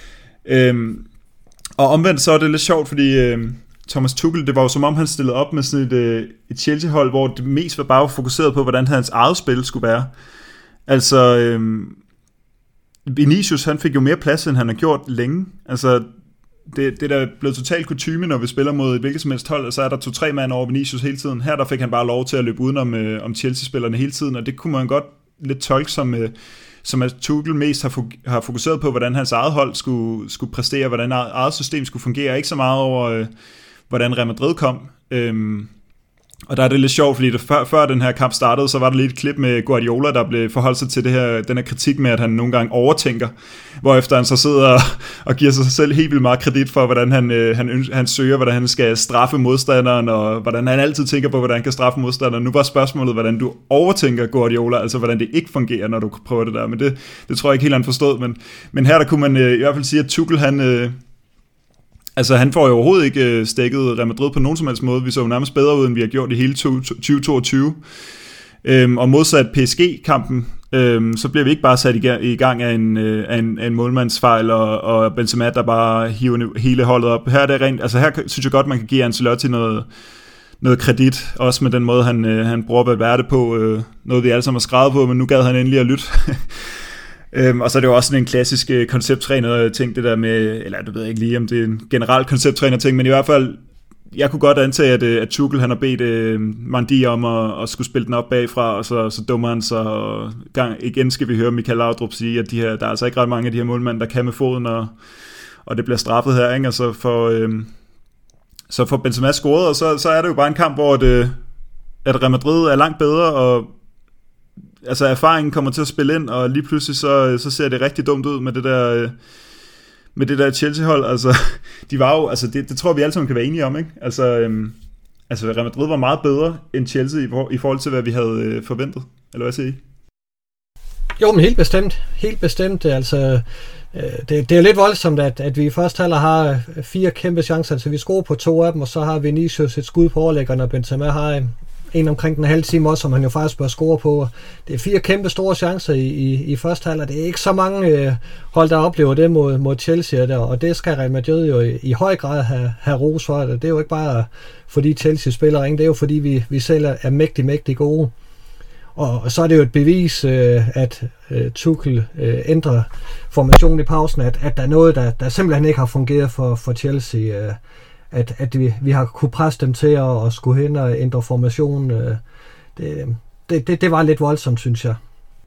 Og omvendt så er det lidt sjovt, fordi Thomas Tuchel, det var jo som om han stillede op med sådan et Chelsea-hold, hvor det mest var bare fokuseret på, hvordan hans eget spil skulle være. Altså Vinicius, han fik jo mere plads, end han har gjort længe. Altså det er da blevet totalt kutyme, når vi spiller mod et hvilket som helst hold, og så er der 2-3 mand over Vinicius hele tiden. Her der fik han bare lov til at løbe udenom om Chelsea-spillerne hele tiden, og det kunne man godt lidt tolke som at Tuchel mest har fokuseret på, hvordan hans eget hold skulle præstere, hvordan eget system skulle fungere, ikke så meget over, hvordan Real Madrid kom. Og der er det lidt sjovt, fordi før den her kamp startede, så var der lidt et klip med Guardiola, der blev forholdt sig til den her kritik med, at han nogle gange overtænker, hvorefter han så sidder og giver sig selv helt vildt meget kredit for, hvordan han søger, hvordan han skal straffe modstanderen, og hvordan han altid tænker på, hvordan han kan straffe modstanderen. Nu var spørgsmålet, hvordan du overtænker Guardiola, altså hvordan det ikke fungerer, når du prøver det der, men det tror jeg ikke helt, han forstod, men her der kunne man i hvert fald sige, at Tuchel, han får jo overhovedet ikke stækket Real Madrid på nogen som helst måde. Vi så jo nærmest bedre ud, end vi har gjort i hele 2022. Og modsat PSG-kampen, så bliver vi ikke bare sat i gang af en målmandsfejl, og Benzema, der bare hiver hele holdet op. Her er det rent, altså her synes jeg godt, man kan give Ancelotti noget kredit, også med den måde, han bruger at være det på. Noget vi alle sammen har skrevet på, men nu gad han endelig at lytte. Og så er det jo også sådan en klassisk koncepttræner-ting, det der med, eller du ved ikke lige, om det er en generel koncepttræner-ting, men i hvert fald, jeg kunne godt antage, at Tuchel han har bedt Mandi om at skulle spille den op bagfra, og så dummer han sig, og igen skal vi høre Michael Laudrup sige, at der er altså ikke ret mange af de her målmænd, der kan med foden, og det bliver straffet her, ikke? Altså så får Benzema scoret, og så er det jo bare en kamp, hvor at Real Madrid er langt bedre, og altså erfaringen kommer til at spille ind, og lige pludselig så ser det rigtig dumt ud med det der Chelsea-hold. Altså, de var jo, altså det tror vi alle sammen kan være enige om, ikke? Altså Real Madrid var meget bedre end Chelsea i forhold til, hvad vi havde forventet. Eller hvad siger I? Jo, men helt bestemt. Altså, det er lidt voldsomt, at vi i første halvleg har 4 kæmpe chancer, altså vi scorer på 2 af dem, og så har Vinicius et skud på overlæggeren, og Benzema har en omkring den halve time også, som han jo faktisk bør score på. Det er 4 kæmpe store chancer i første halvleg. Det er ikke så mange hold, der oplever det mod Chelsea, der, og det skal Real Madrid jo i høj grad have ros for. Det er jo ikke bare fordi Chelsea spiller ringe, det er jo fordi vi selv er mægtig gode. Og så er det jo et bevis, at Tuchel ændrer formationen i pausen, at der er noget, der simpelthen ikke har fungeret for Chelsea. at vi har kunne presse dem til at skulle hen og ændre formation. Det var lidt voldsomt, synes jeg.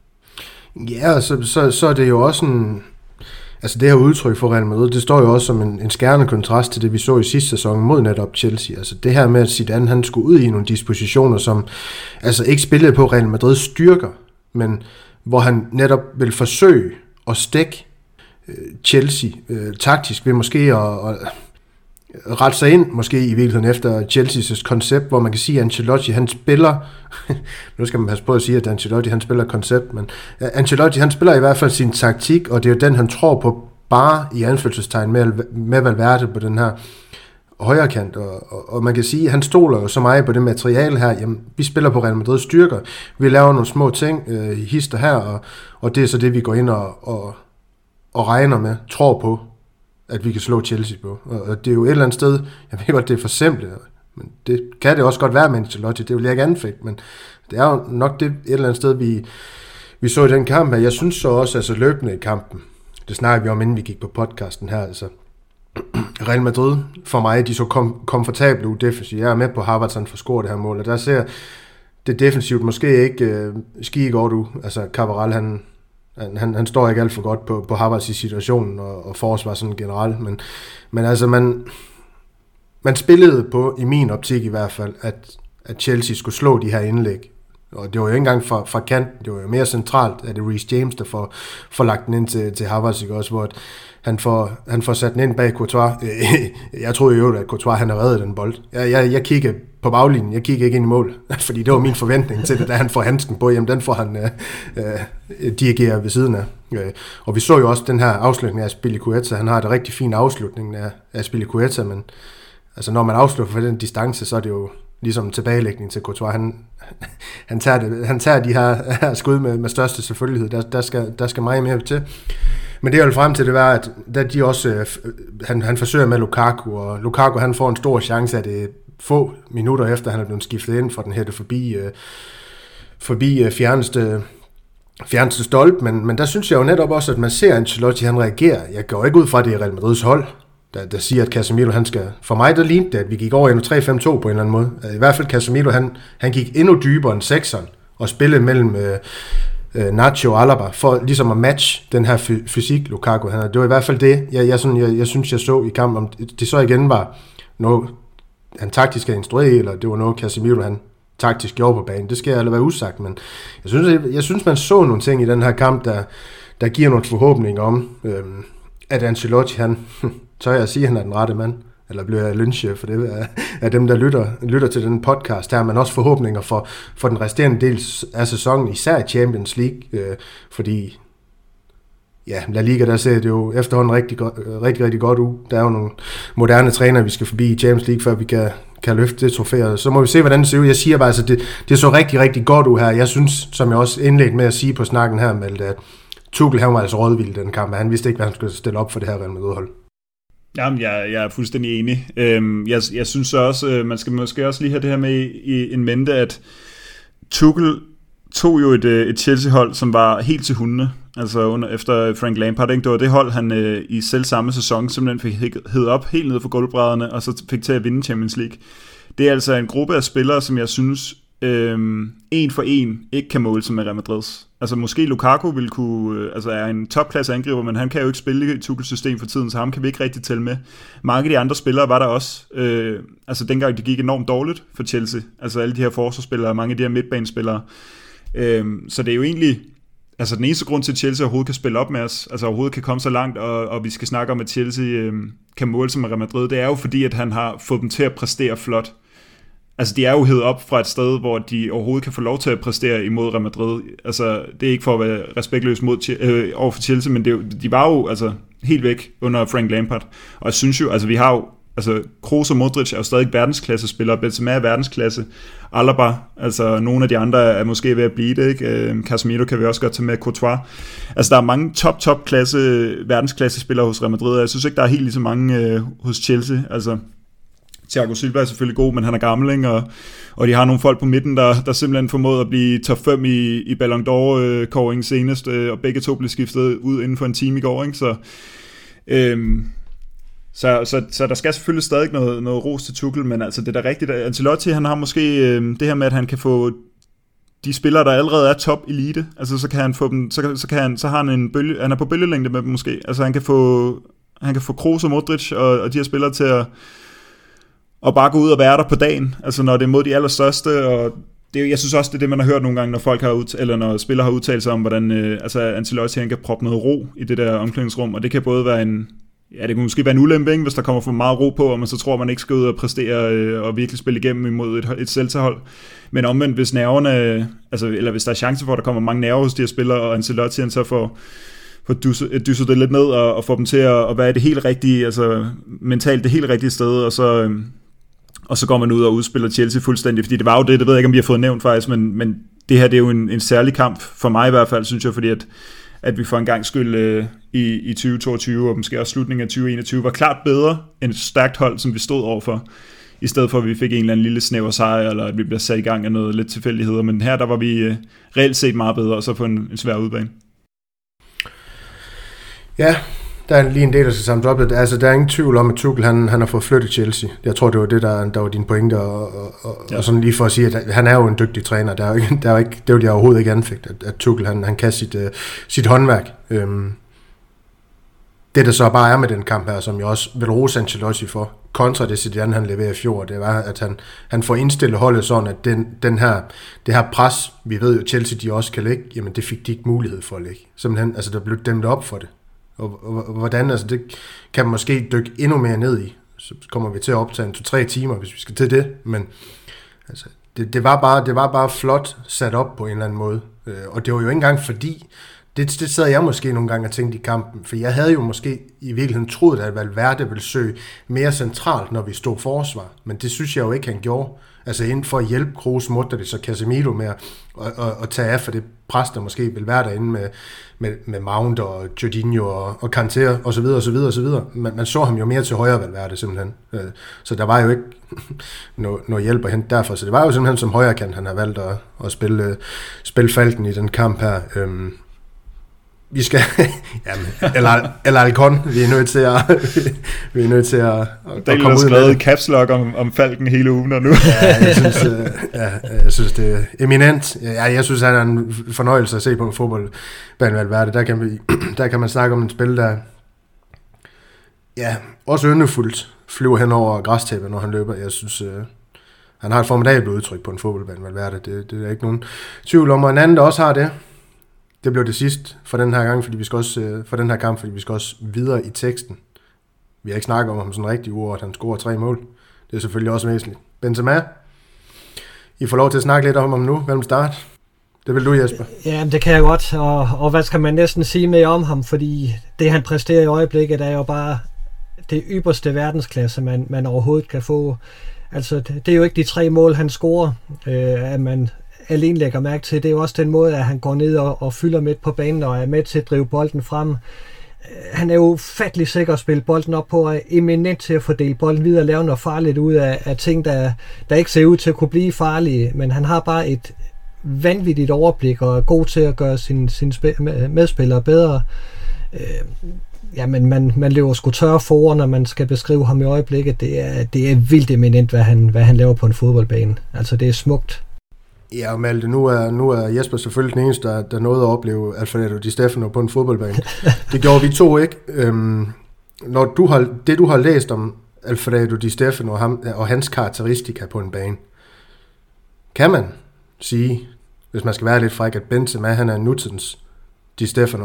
Ja, så er det jo også en... Altså det her udtryk for Real Madrid, det står jo også som en skærende kontrast til det, vi så i sidste sæson mod netop Chelsea. Altså det her med, at Zidane han skulle ud i nogle dispositioner, som altså ikke spillede på Real Madrids styrker, men hvor han netop vil forsøge at stikke Chelsea taktisk ved måske at rette sig ind, måske i virkeligheden efter Chelseas koncept, hvor man kan sige, at Ancelotti han spiller, nu skal man passe på at sige, at Ancelotti han spiller koncept, men Ancelotti han spiller i hvert fald sin taktik, og det er jo den, han tror på, bare i anførselstegn med Valverde på den her højre kant, og man kan sige, at han stoler jo så meget på det materiale her, jamen, vi spiller på Real Madrids styrker, vi laver nogle små ting, hister her, og det er så det, vi går ind og regner med, tror på, at vi kan slå Chelsea på. Og det er jo et eller andet sted, jeg ved godt, det er for simpelt, men det kan det også godt være med Ancelotti, det vil jeg ikke anfægte, men det er jo nok det et eller andet ssted, vi så i den kamp her. Jeg synes så også, altså løbende i kampen, det snakker vi om, inden vi gik på podcasten her, altså Real Madrid, for mig, de så komfortable ud defensivt. Jeg er med på Havertz, han får scoret det her mål, og der ser det defensivt måske ikke skige godt ud. Altså Cabral, han står ikke alt for godt på Havertz i situationen, og forsvar sådan generelt, men altså man spillede på, i min optik i hvert fald, at Chelsea skulle slå de her indlæg, og det var jo ikke engang fra kanten, det var jo mere centralt, at det er Reece James, der får lagt den ind til Havertz, ikke også, hvor han får sat den ind bag Courtois. Jeg troede jo, at Courtois han havde reddet den bold. Jeg kiggede på baglinjen, jeg kiggede ikke ind i mål, fordi det var min forventning til det, da han får handsken på, jamen den får han dirigere ved siden af. Og vi så jo også den her afslutning af Azpilicueta, han har et rigtig fin afslutning af Azpilicueta, men altså når man afslutter for den distance, så er det jo ligesom tilbagelægning til Courtois. Han tager de her skud med største selvfølgelighed. Der skal meget mere til. Men det jeg vil frem til, det var, at da de også, han forsøger med Lukaku, og Lukaku han får en stor chance, at det få minutter efter, han er blevet skiftet ind, for den hætte forbi fjerneste stolpe, men der synes jeg jo netop også, at man ser Ancelotti, han reagerer. Jeg går ikke ud fra, at det er Real Madrids hold, der siger, at Casemiro, han skal... For mig, der lignede det, at vi gik over i en 3-5-2 på en eller anden måde. I hvert fald Casemiro, han gik endnu dybere end sekseren, og spillede mellem Nacho og Alaba, for ligesom at matche den her fysik, Lukaku. Det var i hvert fald det, jeg synes, jeg så i kampen. Om det så igen var noget, han taktisk havde instrueret, eller det var noget, Casemiro, han taktisk gjorde på banen. Det skal jeg være usagt, men jeg synes, man så nogle ting i den her kamp, der giver nogle forhåbninger om, at Ancelotti, han... Så jeg sige, at han er den rette mand, eller bliver jeg lynchet for det af dem, der lytter til den podcast her, men også forhåbninger for den resterende del af sæsonen, især i Champions League, fordi ja, La Liga, der ser det jo efterhånden rigtig godt ud. Der er jo nogle moderne trænere, vi skal forbi i Champions League, før vi kan løfte det trofæ. Så må vi se, hvordan det ser ud. Jeg siger bare, altså, det så rigtig godt ud her. Jeg synes, som jeg også indledte med at sige på snakken her, med, at Tuchel, han var altså rådvild i den kamp, han vidste ikke, hvad han skulle stille op for det her Real Madrid-hold. Jamen, jeg er fuldstændig enig. Jeg synes også, man skal måske også lige have det her med i en mente, at Tuchel tog jo et Chelsea-hold, som var helt til hundene, altså efter Frank Lampard, ikke? Det var det hold, han i selv samme sæson simpelthen fik hed op helt ned for gulvbrædderne, og så fik til at vinde Champions League. Det er altså en gruppe af spillere, som jeg synes, en for en ikke kan måle sig med Real Madrids. Altså måske Lukaku vil kunne, altså er en topklasse angriber, men han kan jo ikke spille i Tuchels system for tiden, så ham kan vi ikke rigtig tælle med. Mange af de andre spillere var der også, altså dengang det gik enormt dårligt for Chelsea, altså alle de her forsvarsspillere, mange af de her midtbanespillere. Så det er jo egentlig, altså den eneste grund til, at Chelsea overhovedet kan spille op med os, altså overhovedet kan komme så langt, og vi skal snakke om, at Chelsea kan måle sig med Real Madrid, det er jo fordi, at han har fået dem til at præstere flot. Altså, de er jo hævet op fra et sted, hvor de overhovedet kan få lov til at præstere imod Real Madrid. Altså, det er ikke for at være respektløs over for Chelsea, men de var jo altså helt væk under Frank Lampard. Og jeg synes jo, altså vi har jo, altså Kroos og Modric er jo stadig verdensklasse-spillere, Benzema er verdensklasse, Alaba, altså nogle af de andre er måske ved at blive det, ikke? Casemiro kan vi også godt tage med, Courtois. Altså, der er mange top-klasse, verdensklasse-spillere hos Real Madrid, og jeg synes ikke, der er helt lige så mange hos Chelsea, altså... Thiago Silva er selvfølgelig god, men han er gammel, ikke? Og de har nogle folk på midten, der simpelthen formåede at blive top 5 i Ballon d'Or-kåringen senest, og begge to blev skiftet ud inden for en time i går, ikke? Så der skal selvfølgelig stadig noget ros til Tuchel, men altså det er da rigtigt. Ancelotti, han har måske det her med, at han kan få de spillere, der allerede er top elite, altså så kan han få dem, så har han en bølge, han er på bølgelængde med dem måske. Altså han kan få Kroos og Modric og de her spillere til at bare gå ud og være der på dagen, altså når det er mod de allerstørste, og jeg synes også, det er det, man har hørt nogle gange, når folk eller når spillere har udtalt sig om, hvordan altså Ancelotti, han kan proppe noget ro i det der omklædningsrum, og det kan både være det kan måske være en ulempe, ikke, hvis der kommer for meget ro på, og man så tror, man ikke skal ud og præstere og virkelig spille igennem imod et Celta-hold. Men omvendt, hvis nerverne, eller hvis der er chance for, at der kommer mange nerver hos de her spillere, og Ancelotti han så får dysset det lidt ned, og får dem til at være det helt rigtige, altså mentalt det helt rigtige sted, og så går man ud og udspiller Chelsea fuldstændig, fordi det var jo det ved jeg ikke, om vi har fået nævnt faktisk, men det her, det er jo en særlig kamp, for mig i hvert fald, synes jeg, fordi at vi for en gang skyld i 2022, og måske også slutningen af 2021, var klart bedre end et stærkt hold, som vi stod overfor, i stedet for at vi fik en eller anden lille snæver sejr, eller at vi bliver sat i gang af noget lidt tilfældigheder, men her der var vi reelt set meget bedre, og så på en svær udbane. Ja, der er lige en del, der skal samles op. Altså, der er ingen tvivl om, at Tuchel han har fået flyttet Chelsea. Jeg tror, det var det, der var din pointe, og sådan lige for at sige, at han er jo en dygtig træner. Der er jo ikke, det vil jeg overhovedet ikke anfægte, at Tuchel han kan sit håndværk. Det, der så bare er med den kamp her, som jeg også vil rose Ancelotti for, kontra det Zidane, han leverer i fjor, det var, at han får indstillet holdet sådan, at det her pres, vi ved jo, Chelsea de også kan lægge, jamen det fik de ikke mulighed for at lægge. Simpelthen, altså der blev dæmmet op for det. Og hvordan, altså det kan man måske dykke endnu mere ned i. Så kommer vi til at optage 2-3 timer, hvis vi skal til det, men altså, det var bare flot sat op på en eller anden måde. Og det var jo ikke engang fordi, det sad jeg måske nogle gange og tænkte i kampen, for jeg havde jo måske i virkeligheden troet, at Valverde ville søge mere centralt, når vi stod forsvar, men det synes jeg jo ikke, han gjorde. Altså inden for at hjælpe Kroos, Modric og Casemiro med at tage af for det pres, der måske vil være derinde med Mount og Jorginho og Kanté og så videre og så videre og så videre. Man så ham jo mere til højre Valverde simpelthen. Så der var jo ikke noget hjælp at hente derfor. Så det var jo simpelthen som højre kant, han har valgt at spille Falken i den kamp her. Vi skal eller Alcon, vi er nødt til at komme ud. Der er skrevet caps lock om Falken hele ugen og nu. Jeg synes det er eminent. Jeg synes han er en fornøjelse at se på fodboldbanen Valverde. Der kan man snakke om en spil der også yndefuldt flyver hen over græstæppet, når han løber. Jeg synes han har et formidabelt udtryk på en fodboldbane Valverde. Det er ikke nogen tvivl om, og en anden der også har det. Det blev det sidste for den her gang, fordi vi skal også for den her kamp, fordi vi skal også videre i teksten. Vi har ikke snakket om ham sådan rigtig uge, at han scorer 3 mål. Det er selvfølgelig også væsentligt. Benzema, I får lov til at snakke lidt om ham nu. Hvem start? Det vil du, Jesper. Ja, det kan jeg godt. Og hvad skal man næsten sige mere om ham? Fordi det, han præsterer i øjeblikket, er jo bare det ypperste verdensklasse, man overhovedet kan få. Altså, det er jo ikke de 3 mål, han scorer, at man alene lægger mærke til. Det er jo også den måde, at han går ned og fylder midt på banen og er med til at drive bolden frem. Han er jo ufattelig sikker at spille bolden op på, og er eminent til at fordele bolden videre og lave noget farligt ud af ting, der ikke ser ud til at kunne blive farlige. Men han har bare et vanvittigt overblik og er god til at gøre sine medspillere bedre. Men man løber sgu tørre for, når man skal beskrive ham i øjeblikket. Det er vildt eminent, hvad han laver på en fodboldbane. Altså, det er smukt. Ja, og Malte, nu er Jesper selvfølgelig den eneste, der nåede at opleve Alfredo Di Stefano på en fodboldbane. Det gjorde vi to ikke. Når du har læst om Alfredo Di Stefano og hans karakteristika på en bane, kan man sige, hvis man skal være lidt fræk, at Benzema han er nutidens Di Stefano?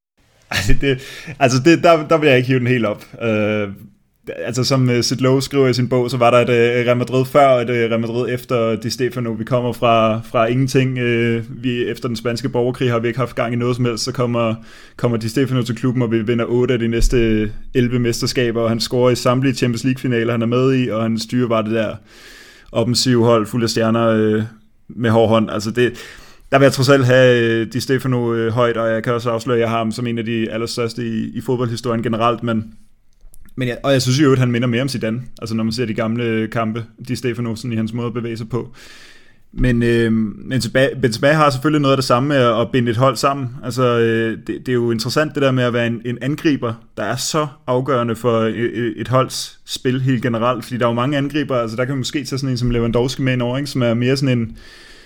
Der vil jeg ikke hive den helt op. Altså som Sid Lowe skriver i sin bog, så var der et Real Madrid før og et Real Madrid efter Di Stefano. Vi kommer fra ingenting. Vi efter den spanske borgerkrig har vi ikke haft gang i noget som helst. Så kommer Di Stefano til klubben, og vi vinder 8 af de næste 11 mesterskaber, og han scorer i samtlige Champions League-finaler, han er med i, og han styrer bare det der offensive hold fuld af stjerner med hård hånd. Altså der vil jeg trods alt have Di Stefano højt, og jeg kan også afsløre, at jeg har ham som en af de allerstørste i fodboldhistorien generelt, men jeg synes jo, at han minder mere om Zidane, altså når man ser de gamle kampe, Di Stefano sådan i hans måde at bevæge sig på. Men Benzema har selvfølgelig noget af det samme med at binde et hold sammen. Altså, det er jo interessant det der med at være en angriber, der er så afgørende for et holds spil helt generelt, fordi der er jo mange angriber, altså der kan måske tage sådan en som Lewandowski med over, ikke, som er mere sådan en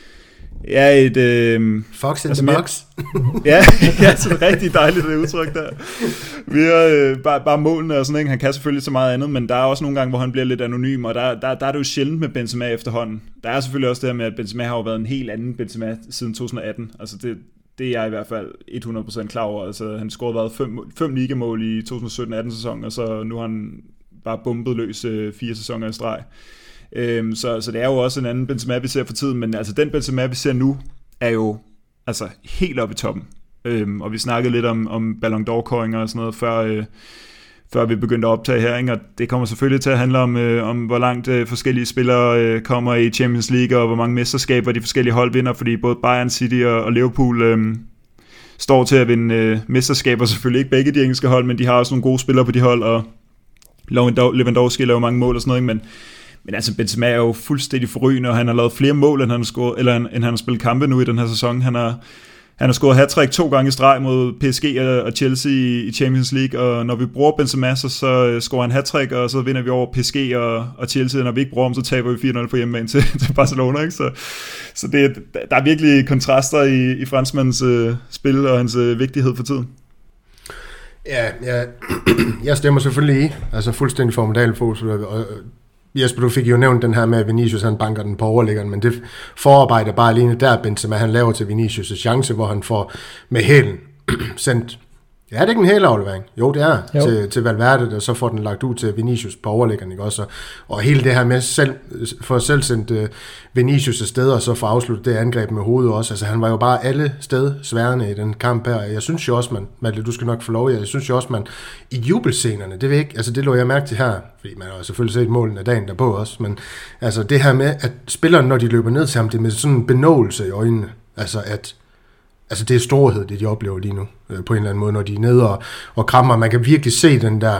Fox in the box. ja, sådan et rigtig dejligt udtryk der. Vi har bare målene og sådan, ikke? Han kan selvfølgelig så meget andet, men der er også nogle gange, hvor han bliver lidt anonym, og der er det jo sjældent med Benzema efterhånden. Der er selvfølgelig også det her med, at Benzema har jo været en helt anden Benzema siden 2018. Altså det er jeg i hvert fald 100% klar over. Altså han scorede været 5 ligamål i 2017-18 sæson, og så nu har han bare bumpet løs 4 sæsoner i streg. Så det er jo også en anden Benzema, vi ser for tiden, men altså den Benzema, vi ser nu, er jo altså helt oppe i toppen. Og vi snakkede lidt om Ballon d'Or-kåringer og sådan noget, før vi begyndte at optage her, ikke? Og det kommer selvfølgelig til at handle om hvor langt forskellige spillere kommer i Champions League, og hvor mange mesterskaber de forskellige hold vinder, fordi både Bayern, City og Liverpool står til at vinde mesterskaber, selvfølgelig ikke begge de engelske hold, men de har også nogle gode spillere på de hold, og Lewandowski laver mange mål og sådan noget, ikke? Men altså Benzema er jo fuldstændig forrygende, og han har lavet flere mål, end han har spillet kampe nu i den her sæson. Han har scoret hat-trick 2 gange i streg mod PSG og Chelsea i Champions League, og når vi bruger Benzema, så scorer han hat-trick, og så vinder vi over PSG og Chelsea, og når vi ikke bruger ham, så taber vi 4-0 på hjemmebane til Barcelona, ikke? Så der er virkelig kontraster i franskmandens spil og hans vigtighed for tiden. Ja, jeg stemmer selvfølgelig i, altså fuldstændig formidabel fokus, og Jesper, du fik jo nævnt den her med, at Vinicius han banker den på overliggeren, men det forarbejder bare alene der, Benzema han laver til Vinicius' chance, hvor han får med hælen sendt. Ja, det er ikke en hælaflevering. Jo, det er til Valverde, og så får den lagt ud til Vinicius på overliggeren, ikke også? Og hele det her med selv sendt Vinicius' sted, og så få afsluttet det angreb med hovedet også. Altså, han var jo bare alle steder sværende i den kamp her. Jeg synes jo også, Malte, du skal nok få lov, jeg synes jo også, man i jubelscenerne, det ved ikke, altså det lå jeg mærke til her, fordi man har jo selvfølgelig set målene af dagen derpå også, men altså det her med, at spillerne, når de løber ned til ham, det er med sådan en benåelse i øjnene, altså det er storhed, det de oplever lige nu, på en eller anden måde, når de er nede og krammer. Man kan virkelig se den der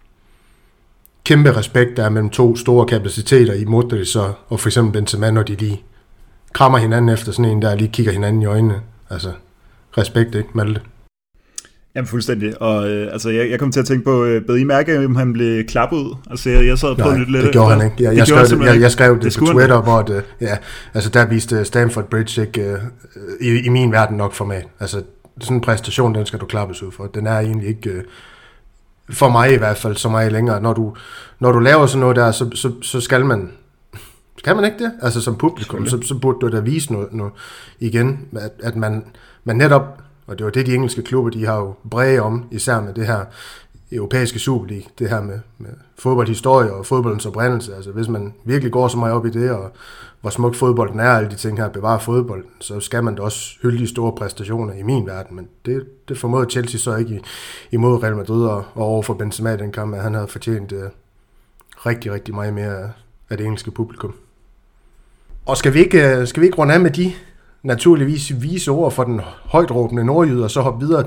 kæmpe respekt, der er mellem to store kapaciteter i Modric og for eksempel Benzema, når de lige krammer hinanden efter sådan en, der lige kigger hinanden i øjnene. Altså, respekt, ikke, Malte? Jamen fuldstændig, og altså jeg kom til at tænke på, bed I mærke, om han blev klappet ud? Altså jeg sad og prøvede lidt. Nej, det gjorde han ikke. Jeg skrev det på Twitter, hvor der viste Stamford Bridge ikke, i min verden nok format. Altså sådan en præstation, den skal du klappes ud for. Den er egentlig ikke, for mig i hvert fald, så meget længere. Når du laver sådan noget der, så skal man ikke det? Altså som publikum, så burde du da vise noget igen, at man netop. Og det var det, de engelske klubber, de har jo brede om, især med det her europæiske Superliga, det her med fodboldhistorie og fodboldens oprindelse. Altså hvis man virkelig går så meget op i det, og hvor smuk fodbolden er, alle de ting her, bevare fodbolden, så skal man da også hylde de store præstationer i min verden. Men det formåede Chelsea så ikke imod Real Madrid og overfor Benzema i den kamp, at han havde fortjent rigtig, rigtig meget mere af det engelske publikum. Og skal vi ikke runde af med de naturligvis vise ord for den højtråbende nordjyde, og så hoppe videre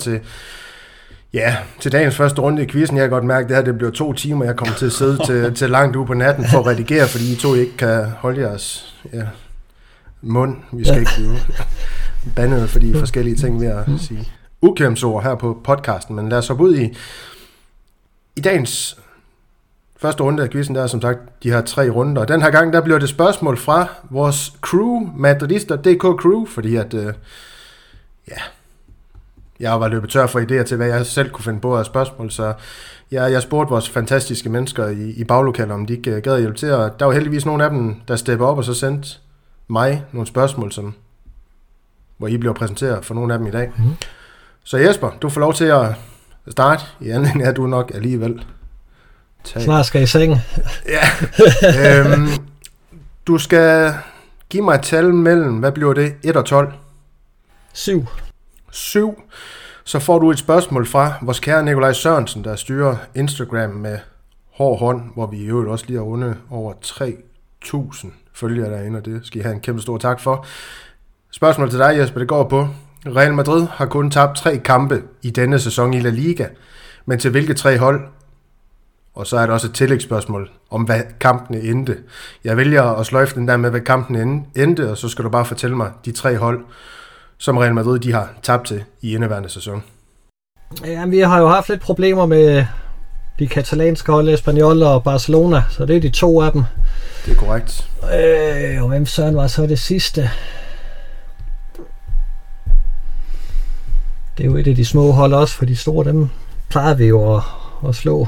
til dagens første runde i quizzen. Jeg kan godt mærke, det bliver 2 timer, jeg kommer til at sidde til langt ude på natten for at redigere, fordi I to ikke kan holde jeres mund. Vi skal ikke blive bandet for de forskellige ting ved at sige ukvemsord her på podcasten, men lad os hoppe ud i dagens første runde af quizzen, der er som sagt de her 3 runder, og den her gang, der bliver det spørgsmål fra vores crew, Madridister.dk crew, fordi at, jeg var løbet tør for idéer til, hvad jeg selv kunne finde på af spørgsmål, så jeg spurgte vores fantastiske mennesker i baglokalet, om de ikke gad at hjælpe til, og der var heldigvis nogle af dem, der steppede op og så sendte mig nogle spørgsmål, hvor I blev præsenteret for nogle af dem i dag. Mm. Så Jesper, du får lov til at starte, i anledning af, at du nok alligevel snart skal i seng. Ja. Du skal give mig et tal mellem, hvad bliver det, 1 og 12? 7. 7. Så får du et spørgsmål fra vores kære Nikolaj Sørensen, der styrer Instagram med hård hånd, hvor vi i øvrigt også lige har rundet over 3.000 følgere derinde, og det skal I have en kæmpe stor tak for. Spørgsmål til dig, Jesper, det går på: Real Madrid har kun tabt 3 kampe i denne sæson i La Liga, men til hvilke 3 hold Og så er der også et tillægsspørgsmål om, hvad kampene endte. Jeg vælger at sløjfe den der med, hvad kampene endte, og så skal du bare fortælle mig de 3 hold, som Real Madrid de har tabt til i indeværende sæson. Ja, vi har jo haft lidt problemer med de katalanske hold, Espanyol og Barcelona, så det er de 2 af dem. Det er korrekt. Og hvem søren var så det sidste? Det er jo et af de små hold også, for de store, dem plejer vi jo at slå.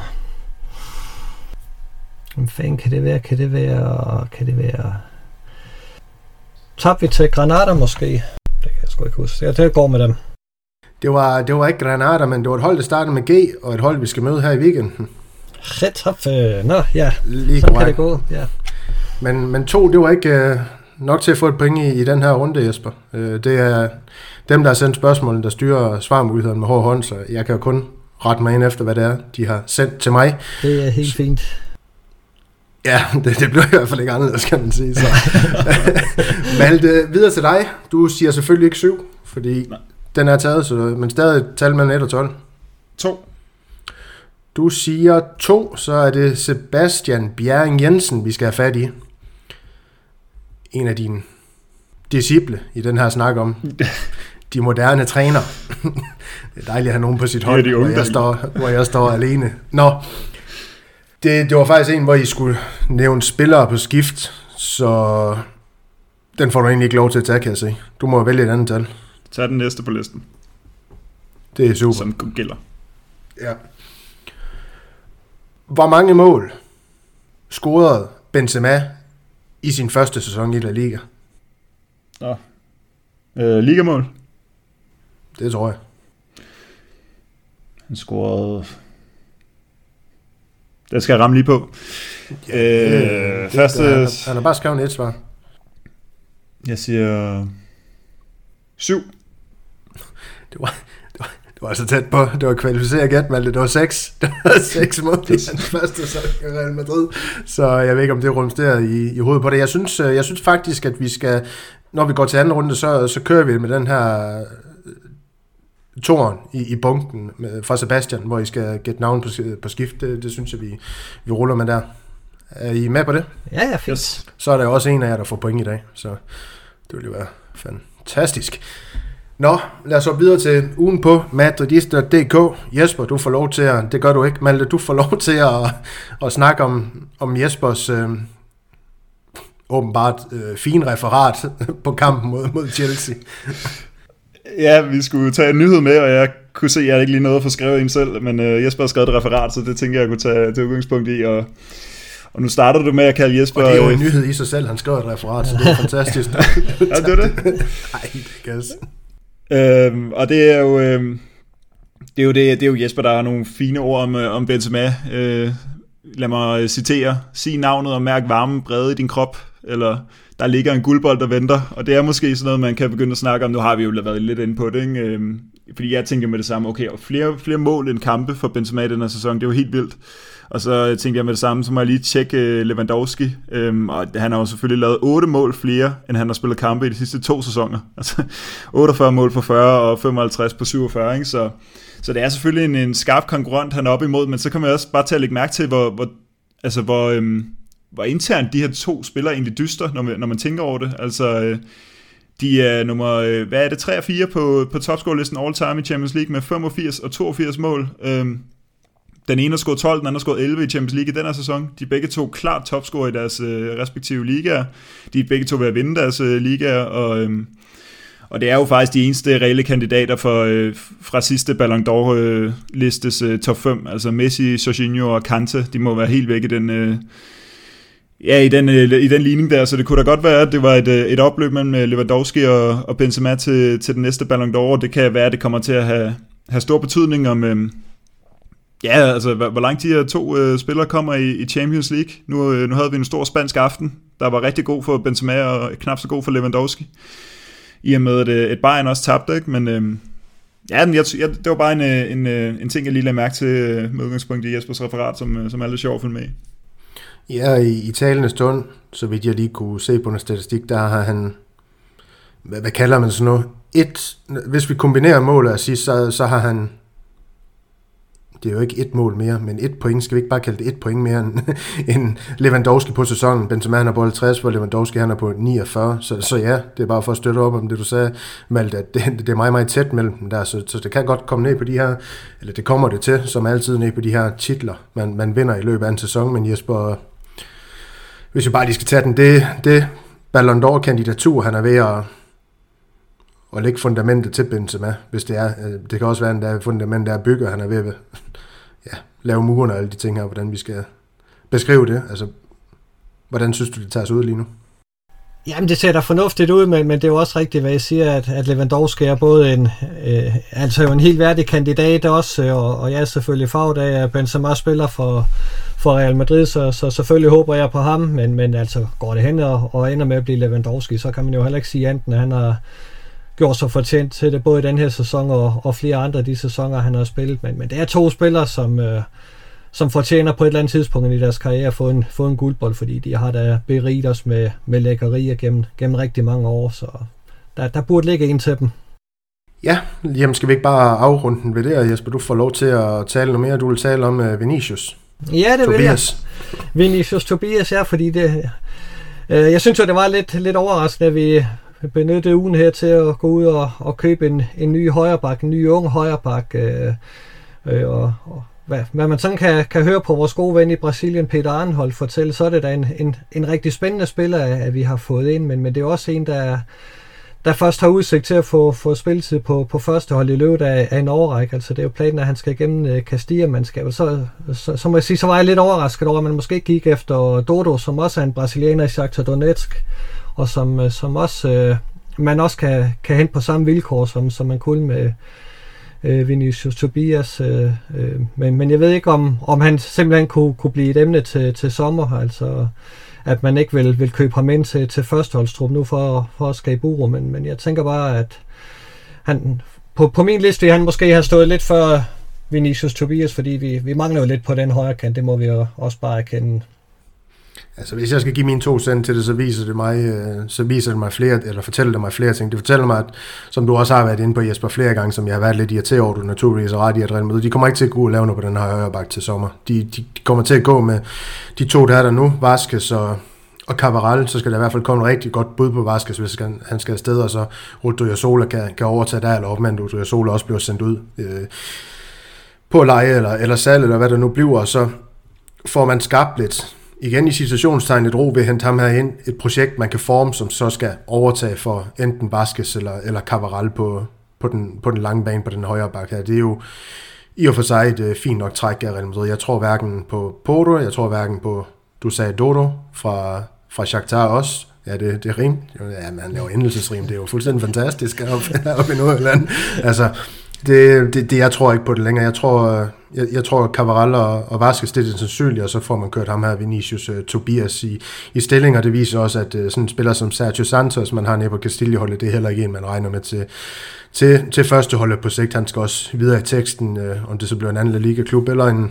Hvem fanden kan det være? Kan det være... Tabte vi til Granada måske? Det kan jeg sgu ikke huske. Det går med dem. Det var ikke Granada, men det var et hold, der startede med G, og et hold, vi skal møde her i weekenden. Nå, ja. Lige så kan det gå, ja. Men 2, det var ikke nok til at få et point i den her runde, Jesper. Det er dem, der har sendt spørgsmålene, der styrer svarmulighederne med hård hånd, så jeg kan jo kun rette mig ind efter, hvad det er, de har sendt til mig. Det er helt fint. Ja, det blev i hvert fald ikke anderledes, kan man sige. Så. Malte, videre til dig. Du siger selvfølgelig ikke 7, fordi den er taget, men stadig tal mellem 1 og 12. 2. Du siger 2, så er det Sebastian Bjerring Jensen, vi skal have fat i. En af dine disciple i den her snak om de moderne træner. Det er dejligt at have nogen på sit hold, hvor jeg står alene. Nå, det var faktisk en, hvor I skulle nævne spillere på skift, så den får du egentlig ikke lov til at tage, kan jeg se. Du må vælge et andet tal. Tag den næste på listen. Det er super. Som gælder. Ja. Hvor mange mål scorede Benzema i sin første sæson i La Liga? Ligamål? Det tror jeg. Han scorede... Den skal jeg ramme lige på. Første... Han har bare skrevet et svar. Jeg siger... 7. Det var altså tæt på. Det var kvalificeret gæt, Malte. Det var 6. Det var 6 mål i hans første sæson i Real Madrid. Så jeg ved ikke, om det rumsterer i hovedet på det. Jeg synes faktisk, at vi skal... Når vi går til anden runde, så kører vi med den her toren i bunken fra Sebastian, hvor I skal gætte navn på skift. Det synes jeg, vi ruller med der. Er I med på det? Ja, fint. Yes. Så er der også en af jer, der får point i dag. Så det vil jo være fantastisk. Nå, lad os så videre til ugen på madridista.dk. Jesper, du får lov til at... Det gør du ikke, Malte. Du får lov til at snakke om Jespers... åbenbart fin referat på kampen mod Chelsea. Ja, vi skulle tage en nyhed med, og jeg kunne se, at jeg ikke lige nåede at få skrevet en selv, men Jesper har skrevet et referat, så det tænker jeg kunne tage til udgangspunkt i, og nu starter du med at kalde Jesper... Og det er jo en nyhed i sig selv, han skrev et referat, så det er fantastisk. Ja, det er det? Nej, det kan jeg og det er jo... Det er jo Jesper, der har nogle fine ord om Benzema. Lad mig citere. Sig navnet og mærk varmen brede i din krop, eller der ligger en guldbold, der venter. Og det er måske sådan noget, man kan begynde at snakke om. Nu har vi jo været lidt inde på det, ikke? Fordi jeg tænker med det samme, okay, og flere mål end kampe for Benzema i den her sæson, det er jo helt vildt. Og så tænker jeg med det samme, så må jeg lige tjekke Lewandowski. Og han har jo selvfølgelig lavet 8 mål flere, end han har spillet kampe i de sidste 2 sæsoner. Altså 48 mål på 40 og 55 på 47, ikke? Så det er selvfølgelig en skarp konkurrent, han er op imod, men så kan man også bare til at lægge mærke til, hvor internt de her 2 spillere egentlig dyster, når man tænker over det. Altså, de er nummer, hvad er det, 3 og 4 på topscore-listen all time i Champions League med 85 og 82 mål. Den ene har scoret 12, den anden har scoret 11 i Champions League i den her sæson. De er begge 2 klart topscorer i deres respektive ligaer. De er begge 2 ved at vinde deres ligaer, og det er jo faktisk de eneste reelle kandidater fra sidste Ballon d'Or-listes top 5. Altså Messi, Jorginho og Kante, de må være helt væk i den... i den ligning der, så det kunne da godt være, at det var et opløb mellem Lewandowski og Benzema til den næste Ballon d'Or. Det kan være, at det kommer til at have stor betydning om... altså hvor langt de her 2 spillere kommer i Champions League. Nu havde vi en stor spansk aften, der var rigtig god for Benzema og knap så god for Lewandowski. I og med, at et Bayern også tabte, ikke? Men det var bare en ting, jeg lige lagde mærke til med udgangspunkt i Jespers referat, som er lidt sjovt at følge med i. Ja, i talende stund, så vidt jeg lige kunne se på en statistik, der har han, hvad kalder man sådan noget, hvis vi kombinerer mål og assist, så har han det er jo ikke 1 mål mere, men 1 point. Skal vi ikke bare kalde det 1 point mere end Lewandowski på sæsonen? Benzema han er på 50, hvor Lewandowski han er på 49. Så ja, det er bare for at støtte op om det, du sagde, Malte, at det er meget, meget tæt mellem dem der. Så det kan godt komme ned på de her, eller det kommer det til, som altid ned på de her titler, man vinder i løbet af en sæson. Men Jesper, hvis vi bare lige skal tage den, det Ballon d'Or-kandidatur, han er ved at lægge fundamentet til Benzema, hvis det er. Det kan også være, at der er fundament, der er bygger, han er ved lave murene og alle de ting her, hvordan vi skal beskrive det. Altså, hvordan synes du, det tager sig ud lige nu? Jamen, det ser da fornuftigt ud, men det er jo også rigtigt, hvad jeg siger, at Lewandowski er både en helt værdig kandidat også, og jeg er selvfølgelig farvet af, at Benzema spiller for Real Madrid, så selvfølgelig håber jeg på ham, men altså går det hen og ender med at blive Lewandowski, så kan man jo heller ikke sige enten, at han har gjort sig fortjent til det, både i den her sæson og flere andre af de sæsoner, han har spillet, men det er 2 spillere, som fortjener på et eller andet tidspunkt i deres karriere at få en guldbold, fordi de har da beriget os med lækkerier gennem rigtig mange år, så der burde ligge en til dem. Ja, jamen skal vi ikke bare afrunde den ved det, og Jesper, du får lov til at tale noget mere. Du vil tale om Vinicius. Ja, det vil jeg. Vinicius Tobias, ja, fordi det... jeg synes jo, det var lidt overraskende, at vi benyttede ugen her til at gå ud og købe en ny højreback, en ny ung højreback, og hvad man sådan kan høre på vores gode ven i Brasilien, Peter Arnholdt, fortælle, så er det da en rigtig spændende spiller, at vi har fået ind, men det er også en, der først har udsigt til at få spilletid på første hold i løbet af en årrække. Altså det er jo planen, at han skal igennem Castilla-mandskabet. Så må jeg sige, så var jeg lidt overrasket over, at man måske gik efter Dodo, som også er en brasilianer i Shakhtar Donetsk, og som også man også kan hente på samme vilkår, som man kunne med Vinicius Tobias. Men jeg ved ikke, om han simpelthen kunne blive et emne til sommer, altså at man ikke vil købe ham ind til førsteholdstrup nu for at skabe uro, men jeg tænker bare, at han på min liste vil han måske have stået lidt før Vinicius Tobias, fordi vi mangler jo lidt på den højre kant, det må vi jo også bare erkende. Altså hvis jeg skal give mine 2 cent til det, så viser det mig flere, eller fortæller det mig flere ting. Det fortæller mig, at, som du også har været inde på, Jesper, flere gange, som jeg har været lidt irriteret over, du naturligvis er ret i at Real Madrid, de kommer ikke til at gå og lave noget på den her højreback til sommer. De kommer til at gå med de 2, der er der nu, Vázquez og Cabral, så skal der i hvert fald komme et rigtig godt bud på Vázquez, hvis han skal afsted, og så Odriozola kan overtage der, eller opmand Odriozola også bliver sendt ud på leje eller salg, eller hvad der nu bliver, og så får man skabt lidt, igen i situationstegn, et ro ved at hente ham her ind, et projekt, man kan forme, som så skal overtage for enten Vázquez eller Cabral på den lange bane på den højre bakke her. Det er jo i og for sig et fint nok træk af Real Madrid. Jeg tror hverken på Porto, jeg tror hverken på, du sagde Dodo fra Shakhtar også. Ja, det er rim. Ja, man laver endelsesrim. Det er jo fuldstændig fantastisk oppe i Nordjylland. Altså, det jeg tror ikke på det længere. Jeg tror Cabral og Vázquez, det er det sandsynlige, og så får man kørt ham her, Vinicius Tobias, i stilling, og det viser også, at sådan en spiller som Sergio Santos, man har nede på Castilla-holdet, det er heller ikke en, man regner med til førsteholdet på sigt. Han skal også videre i teksten, om det så bliver en anden La Liga-klub, eller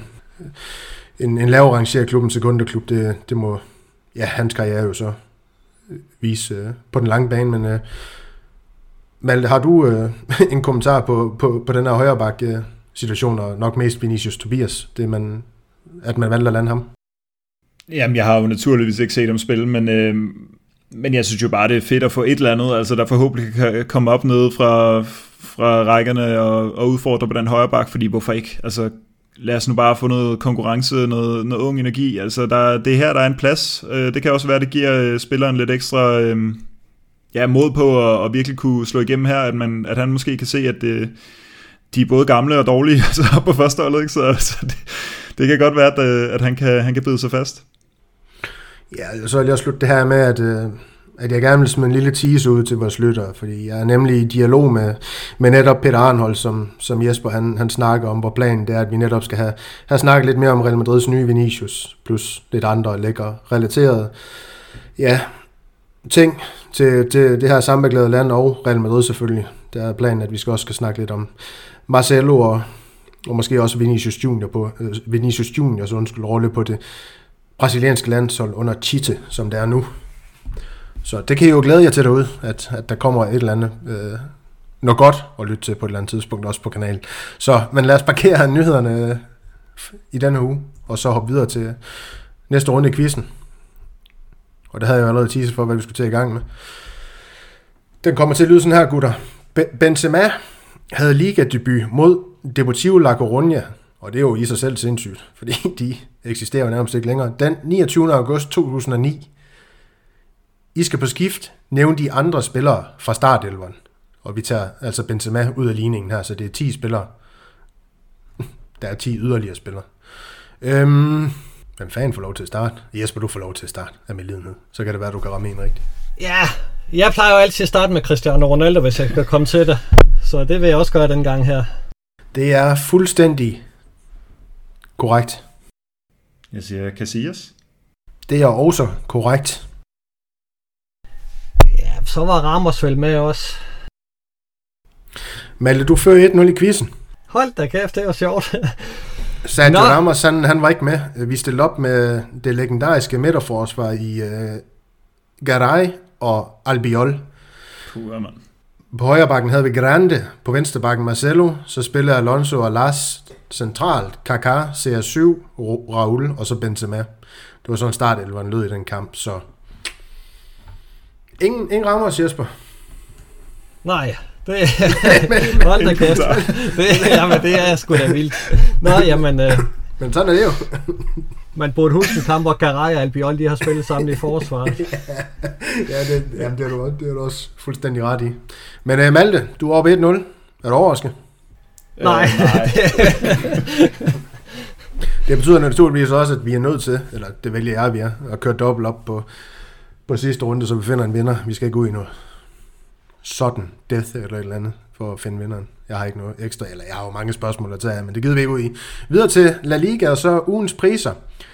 en lavere rangeret klub, en sekundeklub, det må, ja, hans karriere jo så vise på den lange bane, men Malte, har du en kommentar på den her højreback situation, og nok mest Vinicius Tobias, at man valgte at lande ham? Jamen, jeg har jo naturligvis ikke set ham spille, men jeg synes jo bare, det er fedt at få et eller andet, altså der forhåbentlig kan komme op nede fra rækkerne og udfordre på den højreback, fordi hvorfor ikke? Altså, lad os nu bare få noget konkurrence, noget ung energi, altså det er her, der er en plads. Det kan også være, det giver spilleren lidt ekstra mod på at virkelig kunne slå igennem her, at han måske kan se, at de er både gamle og dårlige altså på første holdet, ikke? Så det kan godt være, at han kan bide sig fast. Ja, så vil jeg også slutte det her med, at jeg gerne vil smide en lille tease ud til vores lyttere, fordi jeg er nemlig i dialog med netop Peter Arnholdt, som Jesper han snakker om, hvor planen det er, at vi netop skal have snakket lidt mere om Real Madrids nye Vinicius, plus lidt andre lækre relaterede ting til det her sammenglade land og Real Madrid selvfølgelig. Der er planen, at vi også skal snakke lidt om Marcelo og måske også Vinicius Juniors rolle på det brasilianske landshold under Tite, som det er nu. Så det kan I jo glæde jer til derude, at der kommer et eller andet noget godt at lytte til på et eller andet tidspunkt, også på kanalen. Så, men lad os parkere nyhederne i denne uge, og så hoppe videre til næste runde i quizzen. Og det havde jeg jo allerede teaset for, hvad vi skulle til i gang med. Den kommer til at lyde sådan her, gutter. Benzema havde ligadebut mod Deportivo La Coruña, og det er jo i sig selv sindssygt, fordi de eksisterer jo nærmest ikke længere. Den 29. august 2009. I skal på skift nævne de andre spillere fra startelveren. Og vi tager altså Benzema ud af ligningen her, så det er 10 spillere. Der er 10 yderligere spillere. Hvem fanden får lov til at starte? Jesper, du får lov til at starte af medlidenhed. Så kan det være, du kan ramme en rigtigt. Ja, jeg plejer jo altid at starte med Cristiano Ronaldo, hvis jeg skal komme til det. Så det vil jeg også gøre den gang her. Det er fuldstændig korrekt. Jeg siger Casillas. Det er også korrekt. Ja, så var Ramos vel med også. Malte, du fører 1-0 i quizzen. Hold da kæft, det var sjovt. Sergio Ramos, han var ikke med. Vi stillede op med det legendariske midterforsvar i Garay og Albiol. På højre bakken havde vi Grande, på venstre bakken Marcelo, så spillede Alonso og Lars centralt, Kaká, CR7, Raul og så Benzema. Det var sådan startelveren lød i den kamp, så ingen Ramos, Jesper. Nej, det hold da kæft. Jamen, det er sgu da vildt. Nå, jamen... Men sådan er det jo. Man burde huske en kamp, hvor Garay og Albiol, de har spillet sammen i forsvaret. Det er du også fuldstændig ret i. Men Malte, du er oppe 1-0. Er du overrasket? Nej. Det betyder naturligvis også, at vi er nødt til, eller det vælger jeg, vi er, at køre dobbelt op på sidste runde, så vi finder en vinder. Vi skal ikke ud i noget sådan death eller et eller andet for at finde vinderen. Jeg har ikke noget ekstra, eller jeg har jo mange spørgsmål at tage, men det gider vi ikke ud i. Videre til La Liga, og så ugens priser.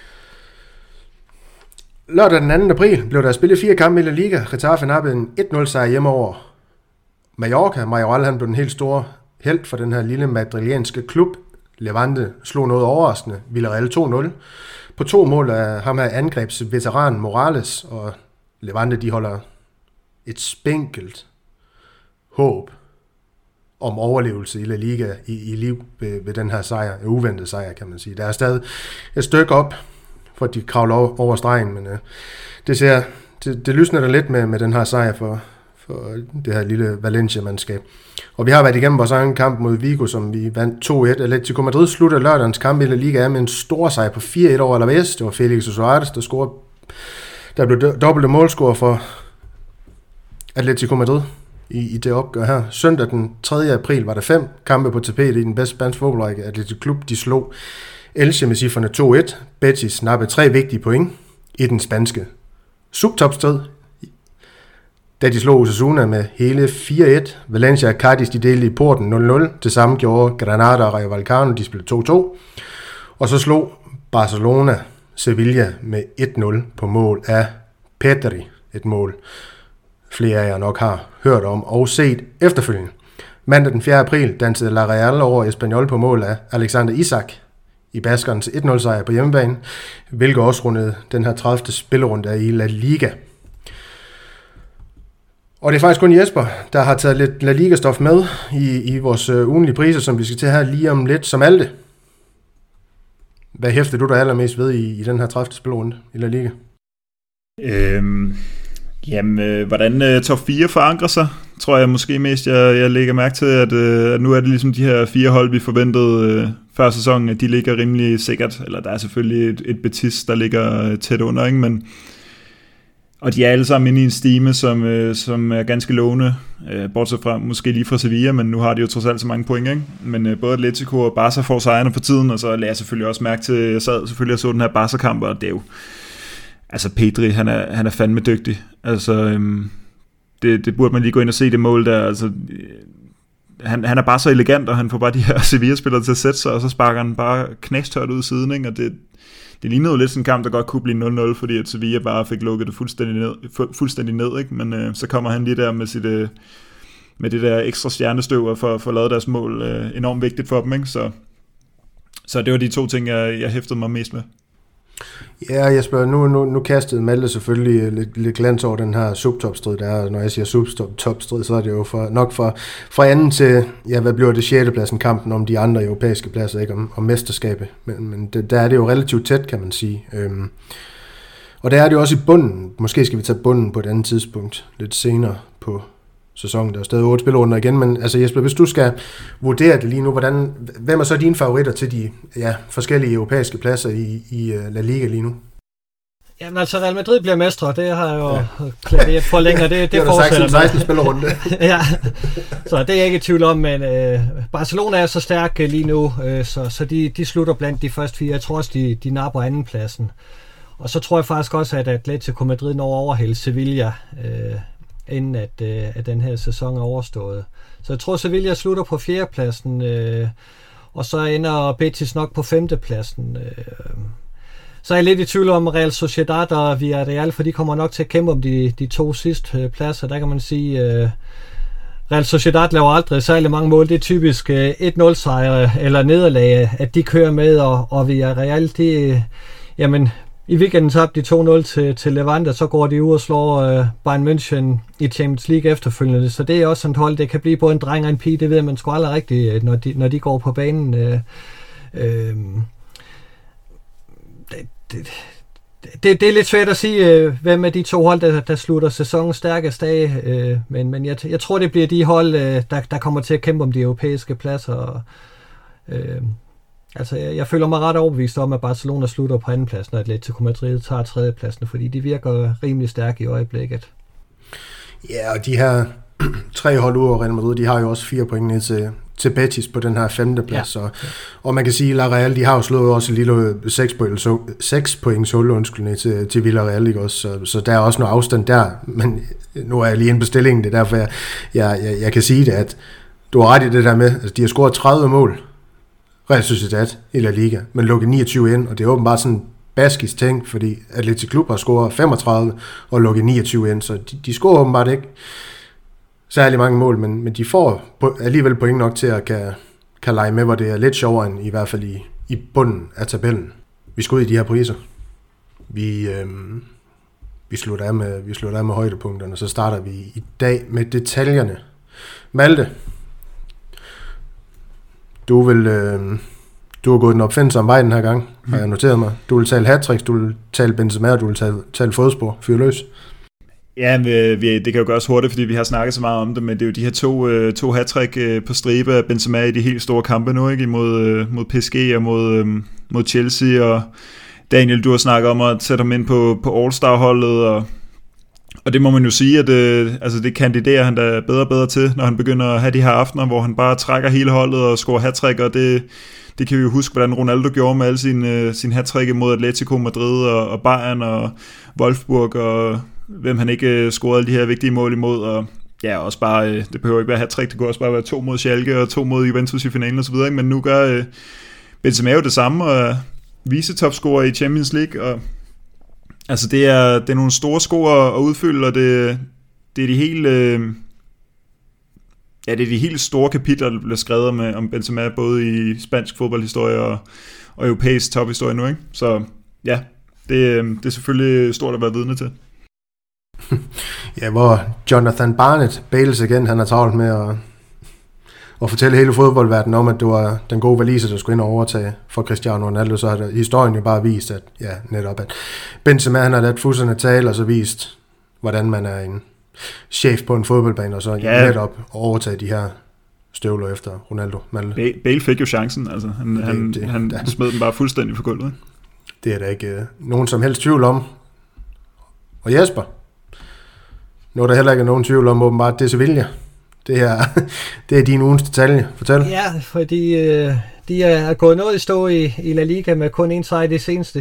Lørdag den 2. april blev der spillet 4 kampe i La Liga. Getafe nappede en 1-0 sejr hjemme over Mallorca. Mayoral, han blev den helt store held for den her lille madrilianske klub. Levante slog noget overraskende. Villarreal 2-0. På 2 mål af ham her angrebsveteran Morales, og Levante, de holder et spinkelt håb om overlevelse i La Liga i liv ved den her sejr, uventet sejr, kan man sige. Der er stadig et stykke op, for at de kravler over stregen, men det lysner der lidt med den her sejr for det her lille Valencia-mandskab. Og vi har været igennem vores egen kamp mod Vigo, som vi vandt 2-1. Atletico Madrid slutter lørdagens kamp i La Liga med en stor sejr på 4-1 over Alaves. Det var Felix Suarez, der scorede. Der blev dobbelte målscore for Atletico Madrid i det opgør her. Søndag den 3. april var der 5 kampe på tapetet i den bedste spanske fodboldrække. Atletico Klub, de slog Elche med cifrene 2-1. Betis snappede 3 vigtige point i den spanske subtopstrid, da de slog Osasuna med hele 4-1. Valencia og Cadiz, de delte i porten 0-0. Det samme gjorde Granada og Rayo Vallecano, de spillede 2-2. Og så slog Barcelona Sevilla med 1-0 på mål af Pedri. Et mål, flere af jer nok har hørt om og set efterfølgende. Mandag den 4. april dansede La Real over Espanyol på mål af Alexander Isak i baskernes 1-0 sejr på hjemmebane, hvilket også rundede den her 30. spillerunde i La Liga. Og det er faktisk kun Jesper, der har taget lidt La Liga-stof med i vores ugenlige priser, som vi skal til her lige om lidt, som Malte. Hvad hæfter du der allermest ved i den her 30. spillerunde i La Liga? Hvordan top 4 forankrer sig, tror jeg måske mest, jeg lægger mærke til, at nu er det ligesom de her 4 hold, vi forventede før sæsonen, at de ligger rimelig sikkert, eller der er selvfølgelig et Betis, der ligger tæt under, ikke? Men og de er alle sammen inde i en stime, som er ganske lovende, bortset fra måske lige fra Sevilla, men nu har de jo trods alt så mange point, ikke? Men både Atletico og Barca får sejrene for tiden, og så lader jeg selvfølgelig også mærke til, jeg sad selvfølgelig og så den her Barca-kamp, og det er jo, altså Pedri, han er fandme dygtig, altså det burde man lige gå ind og se det mål der, altså han er bare så elegant, og han får bare de her Sevilla-spillere til at sætte sig, og så sparker han bare knastørt ud i siden, ikke? Og det lignede jo lidt sådan en kamp, der godt kunne blive 0-0, fordi at Sevilla bare fik lukket det fuldstændig ned, ikke? Men så kommer han lige der med det der ekstra stjernestøv og for at lave deres mål enormt vigtigt for dem, ikke? Så det var de 2 ting, jeg hæftede mig mest med. Ja, Jesper, nu kastede Malte selvfølgelig lidt glans over den her subtopstrid, der er. Når jeg siger subtopstrid, så er det jo nok fra anden til, ja, hvad bliver det 6. pladsen, kampen om de andre europæiske pladser, ikke om mesterskabet. Men der er det jo relativt tæt, kan man sige. Og der er det jo også i bunden. Måske skal vi tage bunden på et andet tidspunkt, lidt senere på sæsonen. Der er stadig 8 spillerunder igen, men altså Jesper, hvis du skal vurdere det lige nu, hvem er så dine favoritter til de forskellige europæiske pladser i La Liga lige nu? Jamen altså, Real Madrid bliver mestre, det har jeg jo klædt for længere, det fortsætter 16 spillerunde. Ja, så det er jeg ikke i tvivl om, men Barcelona er så stærk lige nu, så de slutter blandt de første 4. Jeg tror også, de napper andenpladsen. Og så tror jeg faktisk også, at Atletico Madrid når overhælde Sevilla, inden at den her sæson er overstået. Så jeg tror, Sevilla slutter på 4. pladsen, og så ender Betis nok på 5. pladsen. Så er jeg lidt i tvivl om Real Sociedad og Villarreal, for de kommer nok til at kæmpe om de 2 sidste pladser. Der kan man sige, Real Sociedad laver aldrig særlig mange mål. Det er typisk 1-0 sejre eller nederlag, at de kører med, og Villarreal, jamen, i weekenden tabte de 2-0 til Levante, og så går de ud og slår Bayern München i Champions League efterfølgende. Så det er også et hold, det kan blive både en dreng og en pige, det ved man sgu aldrig rigtigt, når de går på banen. Det er lidt svært at sige, hvem af de 2 hold, der slutter sæsonen stærkest af, men jeg tror, det bliver de hold, der kommer til at kæmpe om de europæiske pladser. Altså, jeg føler mig ret overbevist om, at Barcelona slutter på andenpladsen, og Atletico Madrid tager 3. pladsen, fordi de virker rimelig stærke i øjeblikket. Ja, og de her 3 hold ud af Real Madrid, de har jo også 4 point ned til Betis på den her 5. plads. Ja. Og man kan sige, at La Real, de har jo slået også et lille 6 points hul til Villarreal, ikke også? Så der er også noget afstand der, men nu er jeg lige inde på stillingen, det er derfor, jeg kan sige det, at du har ret i det der med, altså de har scoret 30 mål, Real Sociedad i La Liga, men lukket 29 ind, og det er åbenbart sådan en baskisk ting, fordi Athletic Club har scoret 35 og lukket 29 ind, så de scorer åbenbart ikke særlig mange mål, men de får alligevel point nok til at kan lege med, hvor det er lidt sjovere end i hvert fald i bunden af tabellen. Vi skal ud i de her priser. Vi slutter af med højdepunkterne, så starter vi i dag med detaljerne. Malte, du har gået den opfindsomme vej den her gang, har jeg noteret mig. Du vil tale hat-tricks, du vil tale Benzema, og du vil tale fodspor. Fyr løs. Ja, det kan jo gøres hurtigt, fordi vi har snakket så meget om det, men det er jo de her to hat-trick på stribe af Benzema i de helt store kampe nu, ikke? Mod PSG og mod Chelsea, og Daniel, du har snakket om at sætte ham ind på All-Star-holdet, og det må man jo sige, at altså det kandiderer han da bedre og bedre til, når han begynder at have de her aftener, hvor han bare trækker hele holdet og scorer hat-trick, og det kan vi jo huske, hvordan Ronaldo gjorde med alle sine hat-trick mod Atletico Madrid og Bayern og Wolfsburg, og hvem han ikke scorede alle de her vigtige mål imod, og ja, også bare, det behøver ikke være hat-trick, det kunne også bare være 2 mod Schalke og 2 mod Juventus i finalen og så videre, men nu gør Benzema jo det samme, og vice-topscorer i Champions League, og altså det er nogle store sko at udfylde, og det er de helt det er de helt store kapitler, der bliver skrevet om Benzema, både i spansk fodboldhistorie og europæisk tophistorie nu, ikke? Så ja, det er selvfølgelig stort at være vidne til. Ja, hvor Jonathan Barnett, Bales igen, han er travlt med at fortælle hele fodboldverdenen om, at det var den gode valiser, der skulle ind og overtage for Cristiano Ronaldo, så har historien jo bare vist, at ja, netop at Benzema, han har ladt fusserne tale, og så vist, hvordan man er en chef på en fodboldbane, og så netop overtage de her støvler efter Ronaldo. Bale fik jo chancen, altså han smed den bare fuldstændig for gulvet. Det er der ikke nogen som helst tvivl om. Og Jesper, nu er der heller ikke nogen tvivl om, åbenbart, det er Sevilla. Det er din ugens detalje. Fortæl. Ja, fordi de er gået noget i stå i La Liga med kun en sejr i de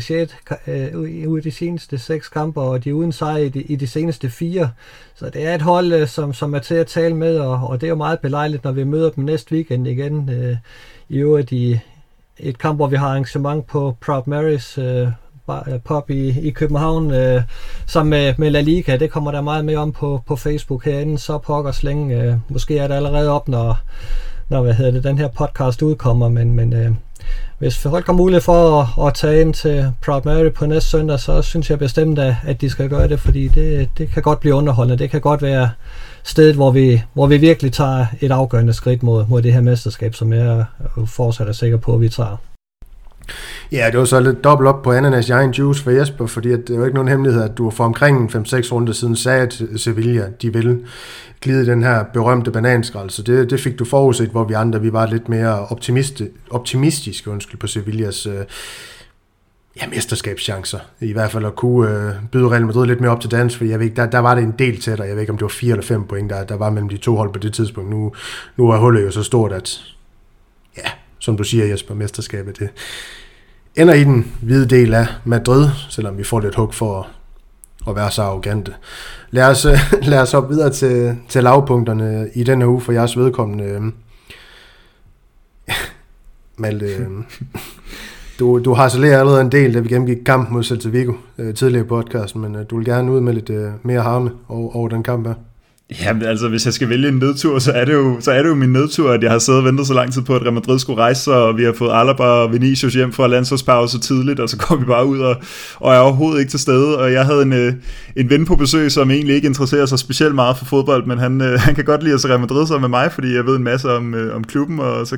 seneste 6 kampe, og de er uden sejr i de seneste 4. Så det er et hold, som er til at tale med, og det er jo meget belejligt, når vi møder dem næste weekend igen. I øvrigt i et kamp, hvor vi har arrangement på Proud Marys pub i København, sammen med La Liga. Det kommer der meget mere om på Facebook herinde, så pokkers længe. Måske er det allerede op, når den her podcast udkommer, men hvis folk har mulighed for at tage ind til Proud Mary på næste søndag, så synes jeg bestemt, at de skal gøre det, fordi det kan godt blive underholdende. Det kan godt være stedet, hvor vi virkelig tager et afgørende skridt mod det her mesterskab, som jeg fortsat er sikker på, at vi tager. Ja, det var så lidt dobbelt op på ananas i egen juice for Jesper, fordi at det var ikke nogen hemmelighed, at du for omkring 5-6 runder siden sagde, at Sevilla, de ville glide den her berømte bananskrald, så det fik du forudset, hvor vi andre, vi var lidt mere optimistiske på Sevillas mesterskabschancer. I hvert fald at kunne byde Real Madrid lidt mere op til dans, for jeg ved ikke, der var det en del tættere. Jeg ved ikke, om det var 4 eller 5 point, der var mellem de to hold på det tidspunkt. Nu er hullet jo så stort, at ja, som du siger, Jesper, mesterskabet, det ender i den hvide del af Madrid, selvom vi får lidt hug for at være så arrogante. Lad os hoppe videre til lavpunkterne i denne uge for jeres vedkommende. Malte, du har så allerede en del, da vi gennemgik kampen mod Celta Vigo tidligere i podcasten, men du vil gerne ud med lidt mere harme over den kamp her. Ja, altså hvis jeg skal vælge en nedtur, så er det jo min nedtur, at jeg har siddet og ventet så lang tid på, at Real Madrid skulle rejse sig, og vi har fået Alaba og Vinicius hjem fra landsholdspause tidligt, og så går vi bare ud og er overhovedet ikke til stede, og jeg havde en ven på besøg, som egentlig ikke interesserer sig specielt meget for fodbold, men han kan godt lide at se Real Madrid sammen med mig, fordi jeg ved en masse om klubben,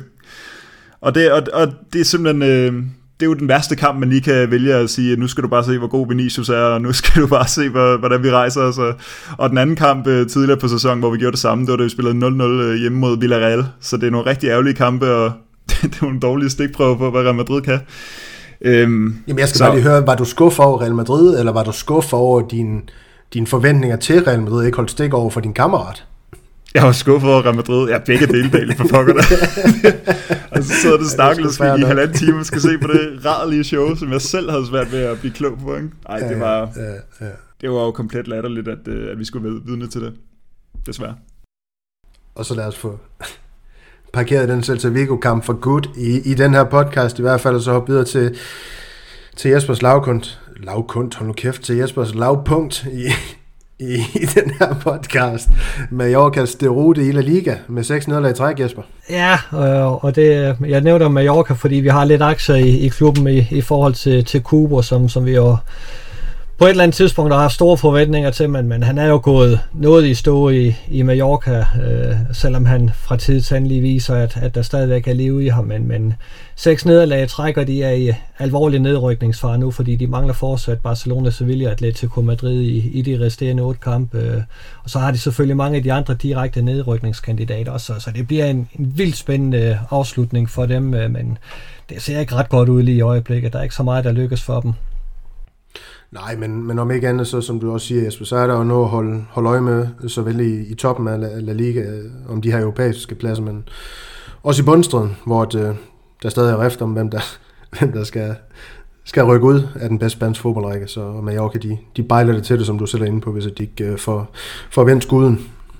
og det er simpelthen... Det er jo den værste kamp, man lige kan vælge at sige, at nu skal du bare se, hvor god Vinicius er, og nu skal du bare se, hvordan vi rejser os. Og den anden kamp tidligere på sæsonen, hvor vi gjorde det samme, det var da vi spillede 0-0 hjemme mod Villarreal. Så det er nogle rigtig ærgerlige kampe, og det er nogle dårlige stikprøver på, hvad Real Madrid kan. Jamen jeg skal bare lige høre, var du skuffet over Real Madrid, eller var du skuffet over dine forventninger til Real Madrid, ikke holdt stik over for din kammerat? Jeg var skuffet over Real Madrid. Jeg begge dele for pokker der. Og så sidder det stakkels i 1,5 time og skal se på det rædelige show, som jeg selv havde svært ved at blive klog på. Ikke? Ej, det var jo komplet latterligt, at vi skulle vidne til det. Desværre. Og så lad os få parkeret den Celta Vigo-kamp for good i den her podcast, i hvert fald, og så hoppe videre til Jespers lavpunkt, hold nu kæft, til Jespers lavpunkt i den her podcast. Mallorcas derute i La Liga med 6 nederlag i træk, Jesper. Ja, og det, jeg nævner Mallorca, fordi vi har lidt aktier i klubben i forhold til Kubo, som vi jo på et eller andet tidspunkt har haft store forventninger til, men han er jo gået noget i stå i Mallorca, selvom han fra tid til anden lige viser, at der stadigvæk er liv i ham, men 6 nederlag trækker de er i alvorlig nedrykningsfare nu, fordi de mangler fortsat Barcelona, Sevilla, Atletico Madrid i de resterende 8 kampe, og så har de selvfølgelig mange af de andre direkte nedrykningskandidater også, så det bliver en vildt spændende afslutning for dem, men det ser ikke ret godt ud lige i øjeblikket. Der er ikke så meget, der lykkes for dem. Nej, men om ikke andet, så som du også siger, Jesper, så er der jo noget at holde øje med, såvel i toppen af La Liga, om de her europæiske pladser, men også i bundstriden, hvor der stadig er rift om, hvem der skal rykke ud af den bedste spanske fodboldrække, så Mallorca, de bejler det til det, som du selv er inde på, hvis de ikke får vendt skuden.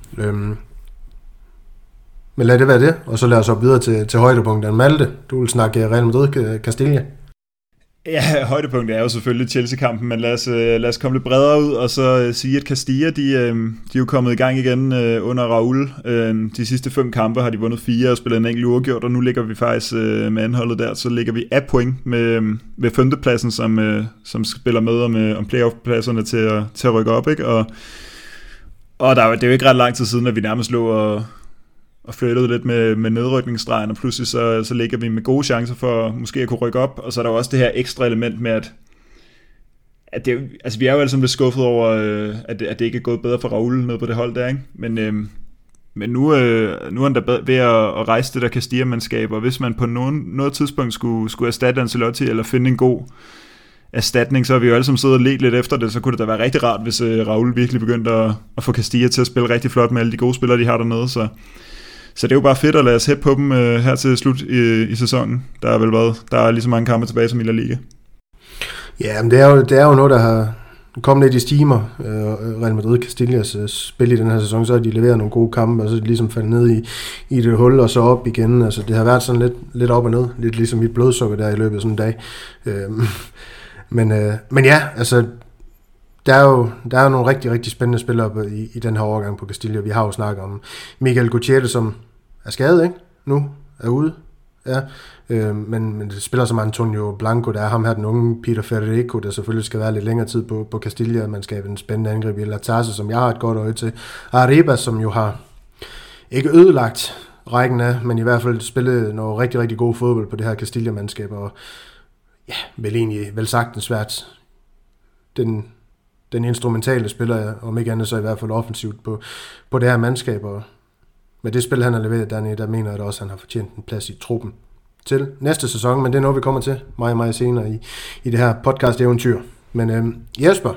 Men lad det være det, og så lad os op videre til højdepunkterne. Malte, du vil snakke Real Madrid Castilla. Ja, højdepunktet er jo selvfølgelig Chelsea-kampen, men lad os komme lidt bredere ud og så sige, at Castilla, de er jo kommet i gang igen under Raúl. De sidste 5 kampe har de vundet 4 og spillet en enkelt uafgjort, og nu ligger vi faktisk med anholdet der, så ligger vi af point ved 5. pladsen, som spiller med om playoff-pladserne til at rykke op, ikke? Og det er jo ikke ret lang tid siden, at vi nærmest lå og flyttede lidt med nedrykningsstregen, og pludselig så ligger vi med gode chancer for måske at kunne rykke op, og så er der jo også det her ekstra element med, at det, altså vi er jo alle sammen lidt skuffet over, at det ikke er gået bedre for Raúl nede på det hold der, ikke? Men nu er han da ved at rejse det der Castilla-mandskab, og hvis man på noget tidspunkt skulle erstatte Ancelotti, eller finde en god erstatning, så har vi jo alle sammen siddet og let lidt efter det, så kunne det da være rigtig rart, hvis Raúl virkelig begyndte at få Castilla til at spille rigtig flot med alle de gode spillere, de har dernede, så det er jo bare fedt at lade os hætte på dem her til slut i sæsonen. Der er lige så mange kampe tilbage som i La Liga. Ja, men det er jo noget, der har kommet lidt i stimer. Real Madrid Castillas spil i den her sæson, så har de leveret nogle gode kampe, og så er de ligesom faldet ned i det hul, og så op igen. Altså, det har været sådan lidt op og ned, lidt ligesom mit blodsukker der i løbet af sådan en dag. Men ja, altså, der er jo nogle rigtig, rigtig spændende spillere i den her overgang på Castilla. Vi har jo snakket om Miguel Gutierrez, som er skadet, ikke? Nu er ude Ja, men det spiller som Antonio Blanco, der er ham her, den unge Peter Federico, der selvfølgelig skal være lidt længere tid på Castilla, man skal have en spændende angreb i Latase, som jeg har et godt øje til. Arribas, som jo har ikke ødelagt rækken af, men i hvert fald spillet noget rigtig, rigtig god fodbold på det her Castilla-mandskab, og ja, vel sagtens svært den instrumentale spiller, om ikke andet så i hvert fald offensivt på det her mandskab, og med det spil, han har leveret dernede, der mener jeg da også, at han har fortjent en plads i truppen til næste sæson, men det er noget, vi kommer til meget senere i det her podcast-eventyr. Men Jesper,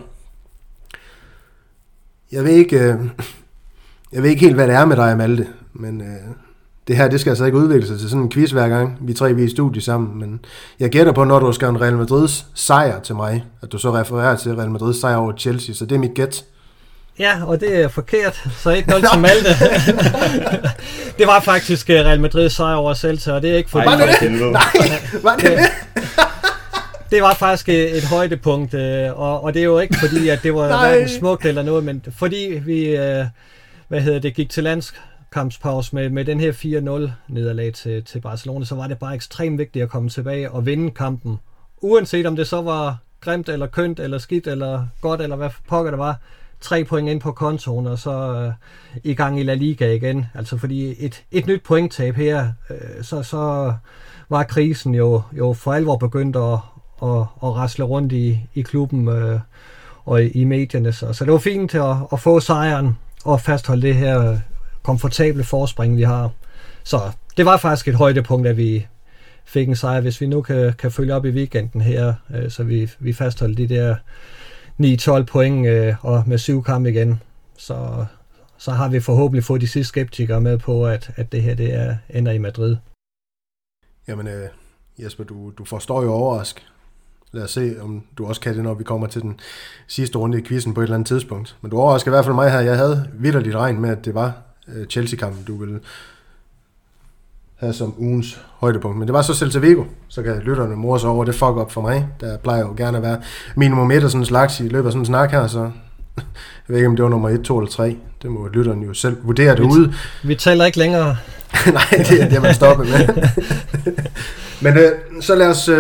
jeg ved ikke helt, hvad det er med dig, Malte, men det her, det skal altså ikke udvikle sig til sådan en quiz hver gang, vi er i studie sammen, men jeg gætter på, når du skal en Real Madrids sejr til mig, at du så refererer til Real Madrids sejr over Chelsea, så det er mit gæt. Ja, og det er forkert, så 1-0 til Malte. Det var faktisk Real Madrids sejr over Celta, og det er ikke fordi... Var det det? Nej, var det det? Det var faktisk et højdepunkt, og det er jo ikke fordi, at det var hverken smukt eller noget, men fordi vi gik til landskampspause med den her 4-0 nederlag til Barcelona, så var det bare ekstremt vigtigt at komme tilbage og vinde kampen. Uanset om det så var grimt eller kønt eller skidt eller godt eller hvad pokker det var, 3 point ind på kontoen, og så i gang i La Liga igen. Altså fordi et nyt pointtab her, så var krisen jo for alvor begyndt at rasle rundt i klubben og i medierne. Så det var fint at få sejren og fastholde det her komfortable forspring, vi har. Så det var faktisk et højdepunkt, at vi fik en sejr, hvis vi nu kan følge op i weekenden her, så vi fastholder de der 9-12 point og med 7 kampe igen. Så har vi forhåbentlig fået de sidste skeptikere med på, at det her det ender i Madrid. Jamen Jesper, du forstår jo overrask. Lad os se, om du også kan det, når vi kommer til den sidste runde i quizzen på et eller andet tidspunkt. Men du overrasker i hvert fald mig her. Jeg havde vitterligt regn med, at det var Chelsea-kampen, du ville have som ugens højdepunkt. Men det var så Celta Vigo, så kan lytterne mors over det fuck op for mig. Der plejer jo gerne at være minimum 1 og sådan en slags i løbet af sådan en snak her, så jeg ved ikke, om det var nummer 1, 2 eller 3. Det må lytterne jo selv vurdere derude. Vi taler ikke længere. Nej, det er det, man stopper med. Men så lad os...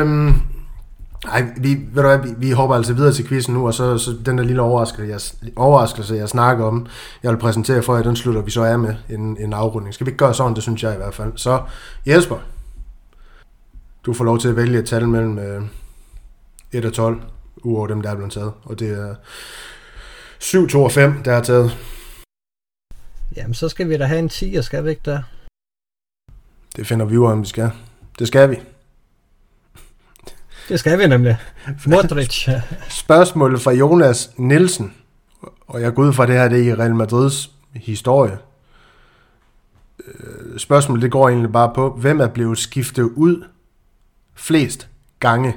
vi hopper altså videre til quizzen nu, og så den der lille overraskelse, jeg snakker om, jeg vil præsentere for jer, den slutter vi så af med en afrunding. Skal vi ikke gøre sådan, det synes jeg i hvert fald. Så Jesper, du får lov til at vælge et tal mellem 1 og 12, uover dem, der er blevet taget. Og det er 7, 2 og 5, der er taget. Jamen, så skal vi da have en 10, og skal vi ikke der? Det finder vi ud af, om vi skal. Det skal vi. Det skal vi nemlig. Modric. Spørgsmålet fra Jonas Nielsen, og jeg går ud fra det her, det er i Real Madrids historie. Spørgsmålet, det går egentlig bare på, hvem er blevet skiftet ud flest gange?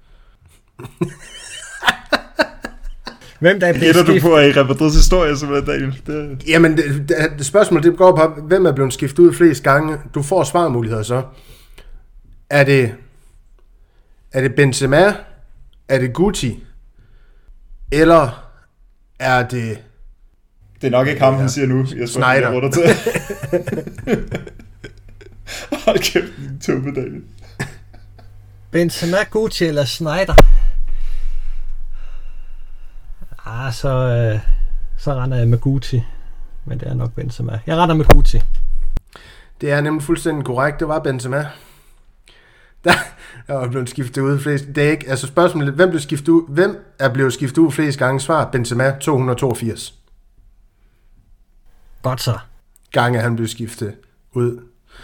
Hvem der er blevet skiftet? Du på i Real Madrids historie, simpelthen, Daniel? Jamen, det spørgsmålet, det går på, hvem er blevet skiftet ud flest gange? Du får svarmuligheder så. Er det Benzema? Er det Guti? Eller er det... Det er nok ikke ham, han siger nu. Jeg Snyder. Hold kæft, en tumme, Daniel. Benzema, Guti eller Snyder? Så render jeg med Guti. Men det er nok Benzema. Jeg render med Guti. Det er nemlig fuldstændig korrekt. Det var Benzema. Der er blevet skiftet ud flest. Det er ikke, altså spørgsmålet, hvem er blevet skiftet ud flest gange? Svar, Benzema, 282. Godt så. Gange han blev skiftet ud.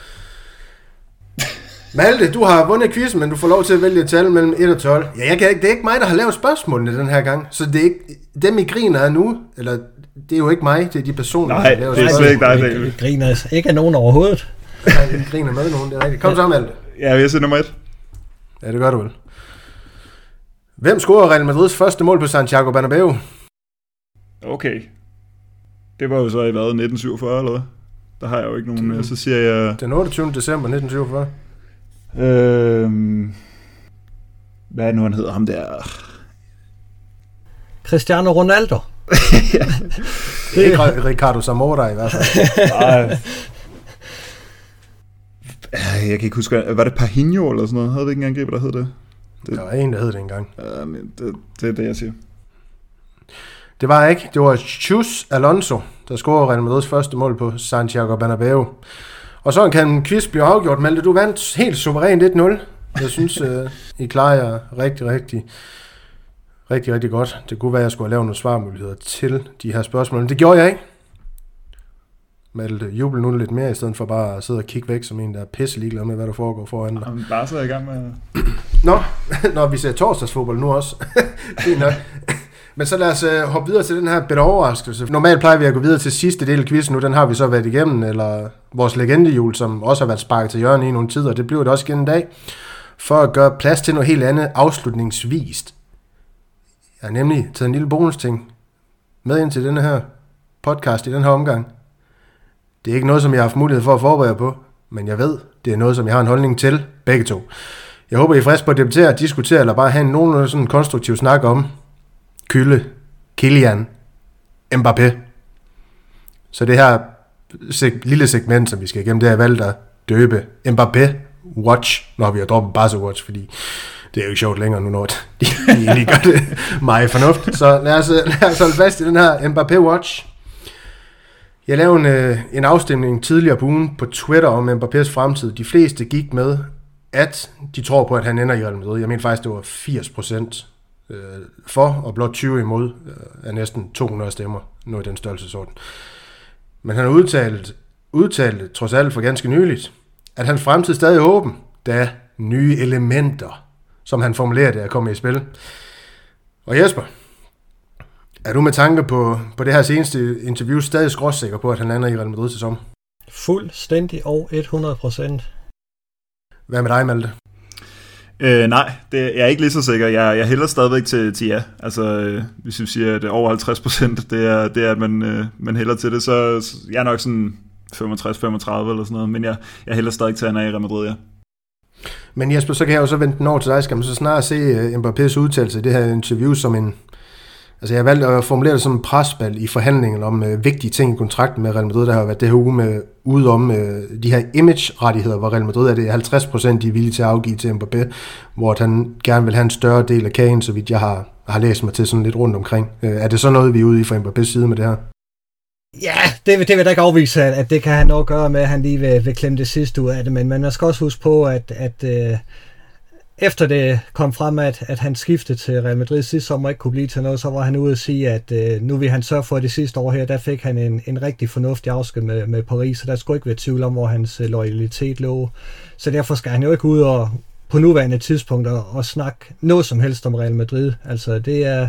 Malte, du har vundet quizzen, men du får lov til at vælge et tal mellem 1 og 12. Ja, det er ikke mig, der har lavet spørgsmålene den her gang, så det er ikke dem, I griner af nu, eller det er jo ikke mig, det er de personer, der laver spørgsmål. Nej, det er slet ikke dig, Daniel. Vi griner ikke af nogen overhovedet. Nej, vi griner med nogen, det er rigtigt. Kom så, Malte. Ja, vi er så nummer 1. Ja, det gør du vel. Hvem scorede Real Madrids første mål på Santiago Bernabeu? Okay. Det var jo så i hvad, 1947 eller hvad? Der har jeg jo ikke nogen, så siger jeg... Den 28. december 1947. Hvad er nu, han hedder ham der? Cristiano Ronaldo. Det er ikke Ricardo Zamora i hvert fald. Jeg kan ikke huske, var det Pajinho eller sådan noget? Havde vi ikke en angriber, der hed det? Der var en, der hed det engang. Det er det, jeg siger. Det var ikke. Det var Chus Alonso, der scorede Real Madrids første mål på Santiago Bernabeu. Og så kan en quiz blive afgjort. Malte, du vandt helt suverænt 1-0. Jeg synes, I klarer jer rigtig godt. Det kunne være, at jeg skulle have lavet nogle svarmuligheder til de her spørgsmål, men det gjorde jeg ikke. Malte, jubel nu lidt mere, i stedet for bare at sidde og kigge væk som en, der er pisse ligeglad med, hvad der foregår foran dig. Jamen, bare så er i gang med... Nå, vi ser torsdagsfodbold nu også. Fint nok. Men så lad os hoppe videre til den her bedre overraskelse. Normalt plejer vi at gå videre til sidste del af quizzen nu. Den har vi så været igennem, eller vores legendehjul, som også har været sparket til hjørne i nogle tider. Det bliver det også igen i dag. For at gøre plads til noget helt andet afslutningsvist. Jeg har nemlig taget en lille bonusting med ind til denne her podcast i den her omgang. Det er ikke noget, som jeg har haft mulighed for at forberede på, men jeg ved, det er noget, som jeg har en holdning til begge to. Jeg håber, I er friske på at debattere, diskutere, eller bare have en nogenlunde sådan konstruktiv snak om Kylian Mbappé. Så det her lille segment, som vi skal igennem, det har jeg valgt at døbe Mbappé Watch, når vi har droppet Barca Watch, fordi det er jo ikke sjovt længere nu, når de egentlig gør det meget fornuftigt. Så lad os holde fast i den her Mbappé Watch. Jeg lavede en afstemning tidligere på ugen på Twitter om Mbappés fremtid. De fleste gik med, at de tror på, at han ender i Real Madrid. Jeg mener faktisk, det var 80% for, og blot 20 imod af næsten 200 stemmer, nu i den størrelsesorden. Men han har udtalt trods alt for ganske nyligt, at hans fremtid stadig er åben, da nye elementer, som han formulerer det, er kommet i spil. Og Jesper, er du med tanke på det her seneste interview stadig skråsikker på, at han lander i Real Madrid til sommer? Fuldstændig og 100%. Hvad med dig, Malte? Nej, jeg er ikke lige så sikker. Jeg hælder stadigvæk til ja. Altså, hvis vi siger, at over 50%, det er at man hælder til det, så jeg er nok sådan 65-35 eller sådan noget, men jeg hælder stadig til, at han er i Real Madrid, ja. Men Jesper, så kan jeg jo så vente den over til dig. Skal man så snart se Mbappés udtalelse i det her interview som en... Altså jeg valgte at formulere det som en presbal i forhandlingen om vigtige ting i kontrakten med Real Madrid. Der har været det her uge med ude om de her image-rettigheder, hvor Real Madrid er det 50%, de er villige til at afgive til Mbappé, hvor han gerne vil have en større del af kagen, så vidt jeg har læst mig til sådan lidt rundt omkring. Er det så noget, vi er ude i fra Mbappés side med det her? Ja, det vil da ikke afvise, at det kan have noget at gøre med, at han lige vil klemme det sidste ud af det, men man skal også huske på, at efter det kom frem, at han skiftede til Real Madrid sidste sommer ikke kunne blive til noget, så var han ude at sige, at nu vil han sørge for, at det sidste år her, der fik han en rigtig fornuftig afsked med Paris, så der skulle ikke være tvivl om, hvor hans loyalitet lå. Så derfor skal han jo ikke ud og på nuværende tidspunkt og snakke noget som helst om Real Madrid. Altså det er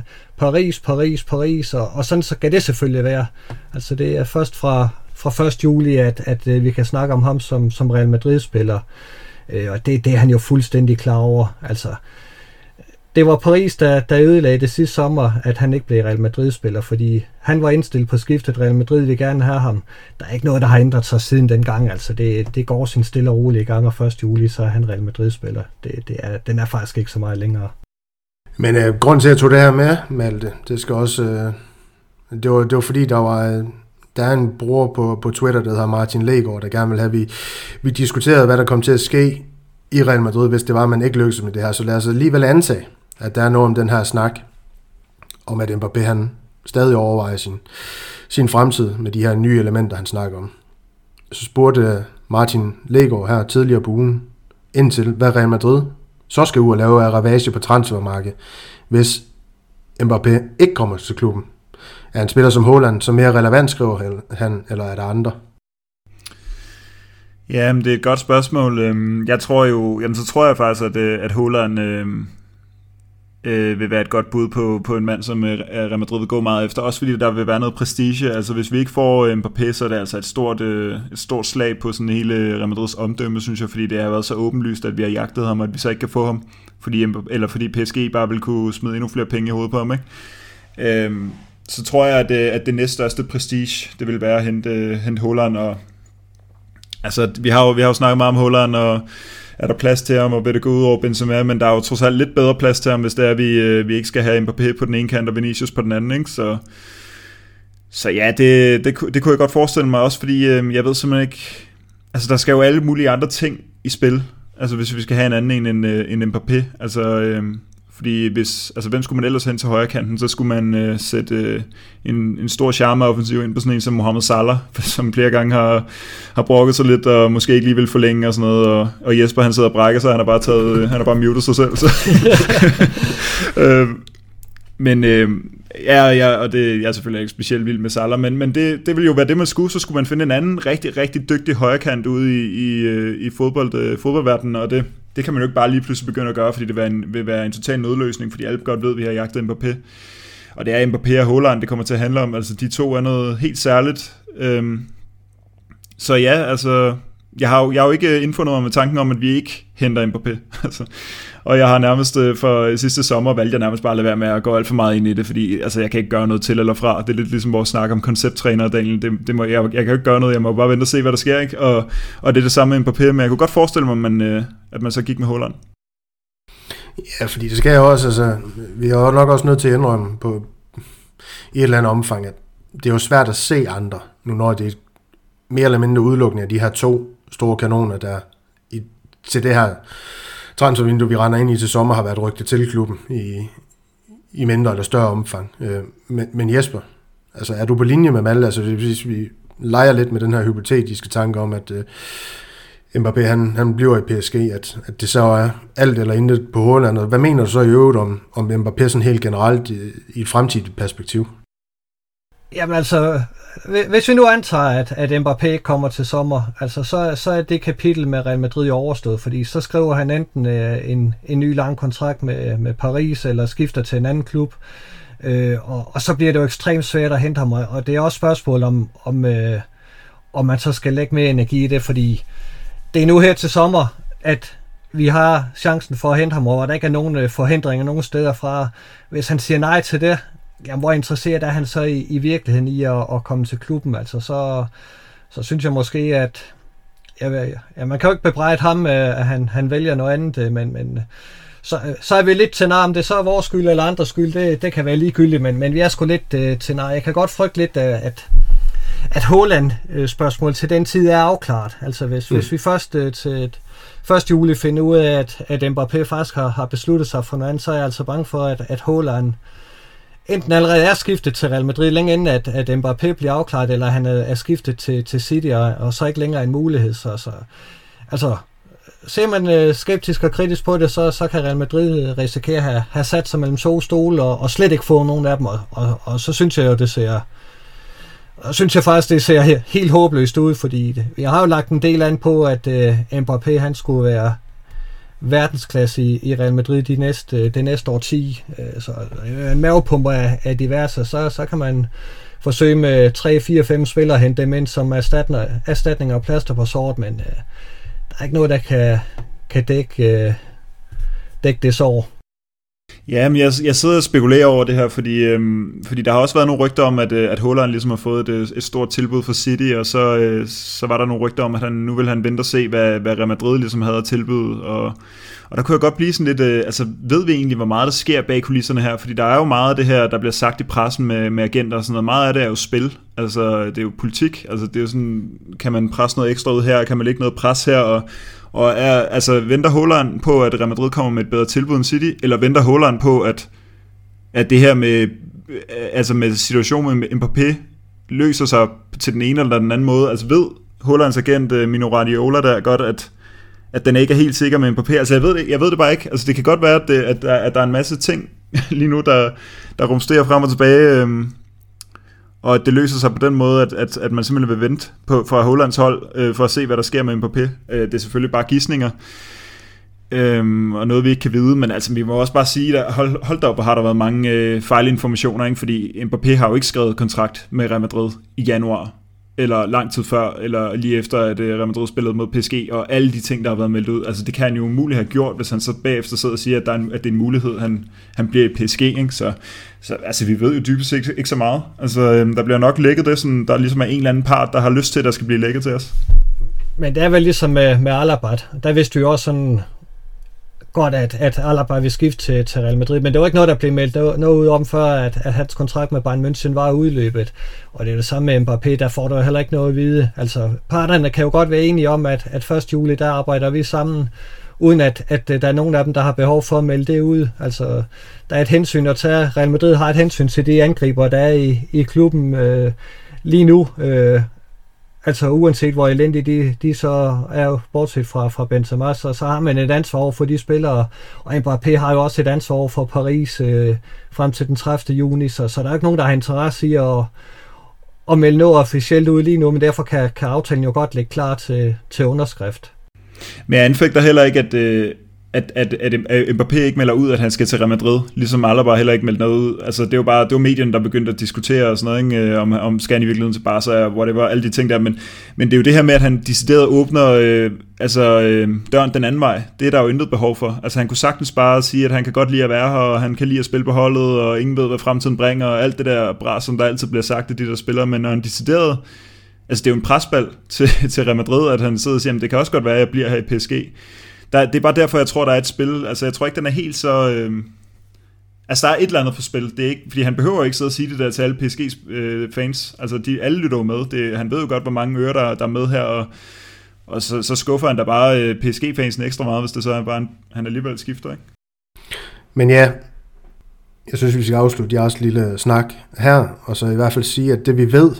Paris, og sådan så kan det selvfølgelig være. Altså det er først fra 1. juli, at vi kan snakke om ham som Real Madrid-spiller. Og det er han jo fuldstændig klar over. Altså, det var Paris, der ødelagde det sidste sommer, at han ikke blev Real Madrid-spiller, fordi han var indstillet på skiftet. Real Madrid vil gerne have ham. Der er ikke noget, der har ændret sig siden dengang. Altså, det går sin stille og roligt i gang, og 1. juli, så er han Real Madrid-spiller. Den er faktisk ikke så meget længere. Men grunden til, at jeg tog det her med, Malte, det skal også... Det var fordi, der er en bruger på Twitter, der hedder Martin Legaard, der gerne vil have, vi diskuterede, hvad der kom til at ske i Real Madrid, hvis det var, at man ikke lykkedes med det her. Så lad os alligevel antage, at der er noget om den her snak, om at Mbappé han stadig overvejer sin fremtid med de her nye elementer, han snakker om. Så spurgte Martin Legaard her tidligere på ugen indtil, hvad Real Madrid så skal ud og lave af ravage på transfermarkedet, hvis Mbappé ikke kommer til klubben. Er en spiller som Haaland så mere relevant, skriver han, eller er der andre? Ja, men det er et godt spørgsmål. Så tror jeg faktisk, at Haaland vil være et godt bud på en mand, som Real Madrid vil gå meget efter. Også fordi der vil være noget prestige. Altså hvis vi ikke får Mbappé, så er det altså et stort slag på sådan hele Real Madrids omdømme, synes jeg, fordi det har været så åbenlyst, at vi har jagtet ham, og at vi så ikke kan få ham, fordi PSG bare vil kunne smide endnu flere penge i hovedet på ham, ikke? Så tror jeg, at det næststørste prestige, det vil være at hente Haaland. Og altså, vi har jo snakket meget om Haaland, og er der plads til ham, og vil det gå ud over Benzema, men der er jo trods alt lidt bedre plads til ham, hvis det er, at vi ikke skal have Mbappé på den ene kant, og Vinicius på den anden, ikke? Så ja, det kunne jeg godt forestille mig også, fordi jeg ved simpelthen ikke... Altså, der skal jo alle mulige andre ting i spil. Altså hvis vi skal have en anden end Mbappé. Altså, fordi hvem skulle man ellers hen til højre kanten? Så skulle man sætte en stor charme-offensiv ind på sådan en som Mohamed Salah, som flere gange har brokket sig lidt, og måske ikke lige vil forlænge og sådan noget. Og Jesper, han sidder og brækker sig, han har bare muted sig selv. Så. Men og jeg er selvfølgelig ikke specielt vild med Salah, men det vil jo være det, man skulle. Så skulle man finde en anden rigtig, rigtig dygtig højrekant ude i fodboldverdenen, og det kan man jo ikke bare lige pludselig begynde at gøre, fordi det vil være en total nødløsning, fordi alle godt ved, at vi har jagtet Mbappé. Og det er Mbappé og Haaland, det kommer til at handle om. Altså, de to er noget helt særligt. Så ja, altså, jeg har jo ikke indfundet mig med tanken om, at vi ikke henter Mbappé. Altså, og jeg har nærmest for sidste sommer valgte jeg nærmest bare at lade være med at gå alt for meget ind i det, fordi altså, jeg kan ikke gøre noget til eller fra. Det er lidt ligesom vores snak om koncepttræner, Daniel. Jeg kan jo ikke gøre noget, jeg må bare vente og se, hvad der sker, ikke? Og det er det samme med Mbappé, men jeg kunne godt forestille mig, at man så gik med Haaland. Ja, fordi det skal jo også, altså, vi er jo nok også nødt til at indrømme på i et eller andet omfang, at det er jo svært at se andre, nu når det er mere eller mindre udelukkende af de her to store kanoner, der til det her transfervindue, vi render ind i til sommer, har været rygtet til klubben i mindre eller større omfang. Men Jesper, altså er du på linje med Malte? Altså hvis vi leger lidt med den her hypotetiske tanke om, at Mbappé han bliver i PSG, at det så er alt eller intet på Haaland. Hvad mener du så i øvrigt om Mbappé sådan helt generelt i et fremtidigt perspektiv? Jamen altså, hvis vi nu antager, at Mbappé kommer til sommer, altså så er det kapitel med Real Madrid overstået, fordi så skriver han enten en ny lang kontrakt med Paris, eller skifter til en anden klub, og så bliver det jo ekstremt svært at hente ham, og det er også spørgsmål om man så skal lægge mere energi i det, fordi det er nu her til sommer, at vi har chancen for at hente ham, og der ikke er nogen forhindringer nogen steder fra. Hvis han siger nej til det, jamen, hvor interesseret er han så i virkeligheden i at komme til klubben? Altså, så synes jeg måske, at man kan jo ikke bebrejde ham, at han vælger noget andet, men så er vi lidt til nar, om det så er vores skyld eller andres skyld, det kan være ligegyldigt, men vi er sgu lidt til nar. Jeg kan godt frygte lidt, at Haaland-spørgsmål til den tid er afklaret. Altså hvis vi først til 1. juli finder ud af, at Mbappé faktisk har besluttet sig for noget andet, så er jeg altså bange for, at Haaland enten allerede er skiftet til Real Madrid længe inden, at Mbappé bliver afklaret, eller han er skiftet til City, og så ikke længere en mulighed. Altså, ser man skeptisk og kritisk på det, så kan Real Madrid risikere at have sat sig mellem to stole, og slet ikke få nogen af dem, og så synes jeg jo, det ser helt håbløst ud, fordi jeg har jo lagt en del an på, at Mbappé han skulle være verdensklasse i Real Madrid det næste årti. Så en mavepumper af diverse, så kan man forsøge med 3, 4, 5 spillere at hente dem ind som erstatninger og plaster på sort, men der er ikke noget, der kan dække det sår. Ja, men jeg sidder og spekulerer over det her, fordi der har også været nogle rygter om, at Haaland ligesom har fået et stort tilbud fra City, og så var der nogle rygter om, at nu vil han vente og se, hvad Real Madrid ligesom havde tilbudt, og der kunne jeg godt blive sådan lidt, altså ved vi egentlig, hvor meget der sker bag kulisserne her, fordi der er jo meget af det her, der bliver sagt i pressen med agenter og sådan noget, meget af det er jo spil, altså det er jo politik, altså det er jo sådan, kan man presse noget ekstra ud her, kan man lægge noget pres her, og venter Haaland på, at Real Madrid kommer med et bedre tilbud end City, eller venter Haaland på, at det her med situationen med Mbappé løser sig til den ene eller den anden måde? Altså ved Haalands agent Mino Raiola der godt, at den ikke er helt sikker med Mbappé? Altså jeg ved det bare ikke. Altså det kan godt være, at der er en masse ting lige nu, der rumsterer frem og tilbage, og at det løser sig på den måde, at man simpelthen vil vente fra Haalands hold, for at se, hvad der sker med Mbappé. Det er selvfølgelig bare gidsninger, og noget vi ikke kan vide, men altså vi må også bare sige, at hold da op, har der været mange fejlinformationer, ikke? Fordi Mbappé har jo ikke skrevet kontrakt med Real Madrid i januar, eller lang tid før, eller lige efter, at Real Madrid spillede mod PSG, og alle de ting, der har været meldt ud. Altså det kan han jo umuligt have gjort, hvis han så bagefter sidder og siger, at det er en mulighed, han bliver i PSG, ikke? Så altså vi ved jo dybest set ikke så meget. Altså der bliver nok lækket det, sådan, der ligesom er en eller anden part, der har lyst til, at der skal blive lækket til os. Men det er vel ligesom med Alabat. Der vidste vi jo også sådan godt, at Alaba vil skifte til Real Madrid, men det var ikke noget, der blev meldt noget ud om, før at hans kontrakt med Bayern München var udløbet. Og det er det samme med Mbappé, der får du heller ikke noget at vide. Altså, parterne kan jo godt være enige om, at 1. juli, der arbejder vi sammen, uden at der er nogen af dem, der har behov for at melde det ud. Altså, der er et hensyn at tage. Real Madrid har et hensyn til de angriber, der er i klubben lige nu. Altså uanset hvor elendige de så er jo, bortset fra Benzema, så har man et ansvar over for de spillere, og Mbappé har jo også et ansvar over for Paris frem til den 30. juni, så der er ikke nogen, der har interesse i at melde noget officielt ud lige nu, men derfor kan aftalen jo godt ligge klar til underskrift. Men jeg anfægter heller ikke, at Mbappé ikke melder ud, at han skal til Real Madrid, ligesom Alaba heller ikke meldt noget ud. Altså det var medierne, der begyndte at diskutere og sådan noget, ikke? Om skal han i virkeligheden til Barca og whatever, alle de ting der, men det er jo det her med, at han decideret åbner døren den anden vej. Det er der jo intet behov for. Altså han kunne sagtens bare sige, at han kan godt lide at være her, og han kan lide at spille på holdet, og ingen ved, hvad fremtiden bringer, og alt det der bras, som der altid bliver sagt af de der spillere, men når han decideret, altså det er jo en presbal til Real Madrid, at han sidder og siger, det kan også godt være, at jeg bliver her i PSG. Det er bare derfor, jeg tror, der er et spil. Altså, jeg tror ikke, den er helt så... Altså, der er et eller andet på spil. Det er ikke, fordi han behøver ikke sidde og sige det der til alle PSG-fans. Altså, alle lytter jo med. Han ved jo godt, hvor mange ører, der er med her, og så skuffer han da bare PSG-fansen ekstra meget, hvis det så er bare han alligevel skifter, ikke? Men ja, jeg synes, vi skal afslutte jeres lille snak her, og så i hvert fald sige, at det vi ved,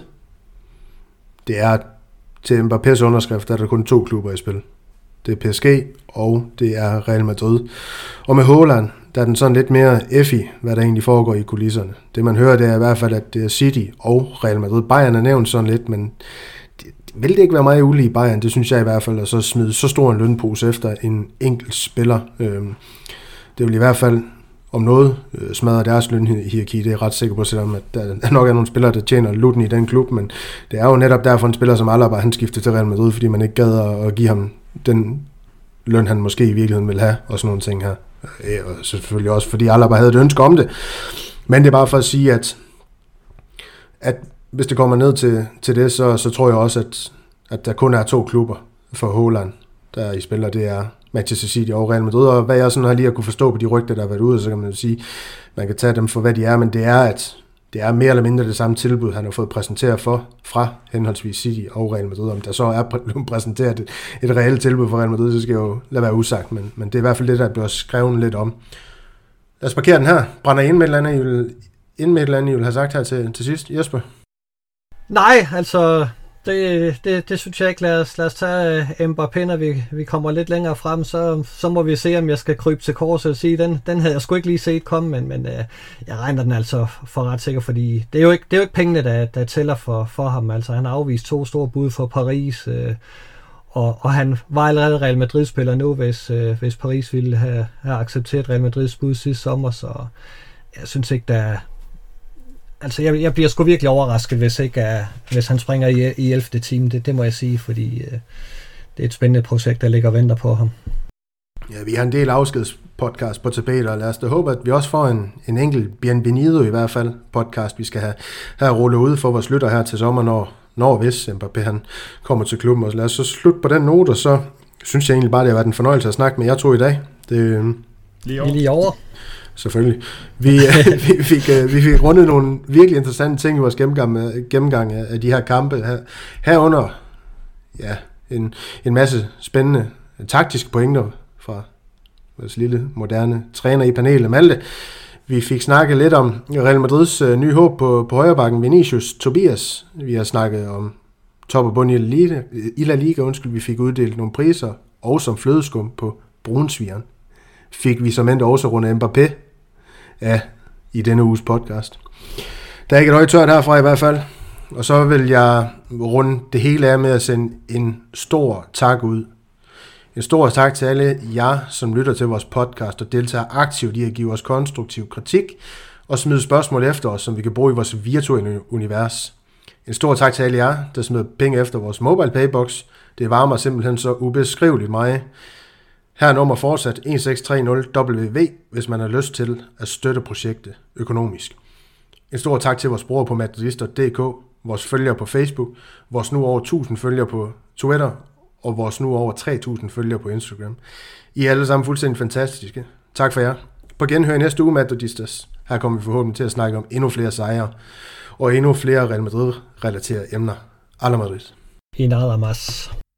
det er, til Mbappés underskrift, der er der kun 2 klubber i spil. Det er PSG, og det er Real Madrid. Og med Haaland, der er den sådan lidt mere effi, hvad der egentlig foregår i kulisserne. Det man hører, det er i hvert fald, at det er City og Real Madrid. Bayern er nævnt sådan lidt, men vil det ikke være meget ulige i Bayern? Det synes jeg i hvert fald, at så smide så stor en lønpose efter en enkelt spiller. Det vil i hvert fald om noget smadrer deres lønhierarki, det er jeg ret sikker på, selvom at der nok er nogle spillere, der tjener lutten i den klub, men det er jo netop derfor en spiller som Alaba, han skifter til Real Madrid, fordi man ikke gad at give ham den løn, han måske i virkeligheden vil have, og sådan nogle ting her. Og selvfølgelig også, fordi Alaba havde et ønske om det. Men det er bare for at sige, at hvis det kommer ned til det, så tror jeg også, at der kun er 2 klubber for Haaland, der i spiller, det er Manchester City og Real Madrid, og hvad jeg sådan har lige at kunne forstå på de rygter, der har været ude, så kan man jo sige, man kan tage dem for, hvad de er, men det er, at det er mere eller mindre det samme tilbud, han har fået præsenteret fra henholdsvis City og Real Madrid. Om der så er præsenteret et reelt tilbud for Real Madrid, så skal jeg jo lade være usagt, men det er i hvert fald det, der bliver skrevet lidt om. Lad os parkere den her. Brænder ind med et eller andet, I vil have sagt her til sidst. Jesper? Nej, altså... Det synes jeg ikke. Lad os tage Mbappé, når vi kommer lidt længere frem, så må vi se, om jeg skal krybe til korset og sige, den havde jeg sgu ikke lige set komme, men jeg regner den altså for ret sikker, fordi det er jo ikke pengene, der tæller for ham. Altså, han har afvist 2 store bud for Paris, og han var allerede Real Madrid-spiller nu, hvis Paris ville have accepteret Real Madrids bud sidste sommer, så jeg synes ikke, der... Altså, jeg bliver sgu virkelig overrasket, hvis han springer i 11. time. Det må jeg sige, fordi det er et spændende projekt, der ligger og venter på ham. Ja, vi har en del afskedspodcast på tapetet, og lad os da håbe, at vi også får en enkelt bienvenido i hvert fald podcast, vi skal have rullet ud for vores lytter her til sommer, når hvis Mbappé han kommer til klubben. Og lad os så slutte på den note, og så synes jeg egentlig bare, det har været en fornøjelse at snakke med jer 2 i dag. Det lige over. Selvfølgelig. Vi fik rundet nogle virkelig interessante ting i vores gennemgang af de her kampe. Herunder en masse spændende taktiske pointer fra vores lille moderne træner i panelet, Malte. Vi fik snakket lidt om Real Madrids nye håb på højrebakken, Vinicius Tobias. Vi har snakket om top og bund i La Liga. Vi fik uddelt nogle priser, og som flødeskum på brunsvigeren fik vi som endte også rundet Mbappé i denne uges podcast. Der er ikke et øje tørt herfra i hvert fald. Og så vil jeg runde det hele af med at sende en stor tak ud. En stor tak til alle jer, som lytter til vores podcast og deltager aktivt i at give os konstruktiv kritik og smide spørgsmål efter os, som vi kan bruge i vores virtuelle univers. En stor tak til alle jer, der smider penge efter vores mobile paybox. Det varmer simpelthen så ubeskriveligt meget. Her er nummer fortsat 1630WV, hvis man har lyst til at støtte projektet økonomisk. En stor tak til vores brugere på madridist.dk, vores følgere på Facebook, vores nu over 1000 følgere på Twitter og vores nu over 3.000 følgere på Instagram. I er alle sammen fuldstændig fantastiske. Tak for jer. På genhør næste uge, Madridistas. Her kommer vi forhåbentlig til at snakke om endnu flere sejre og endnu flere Real Madrid-relaterede emner. Alla Madrid. I nada más.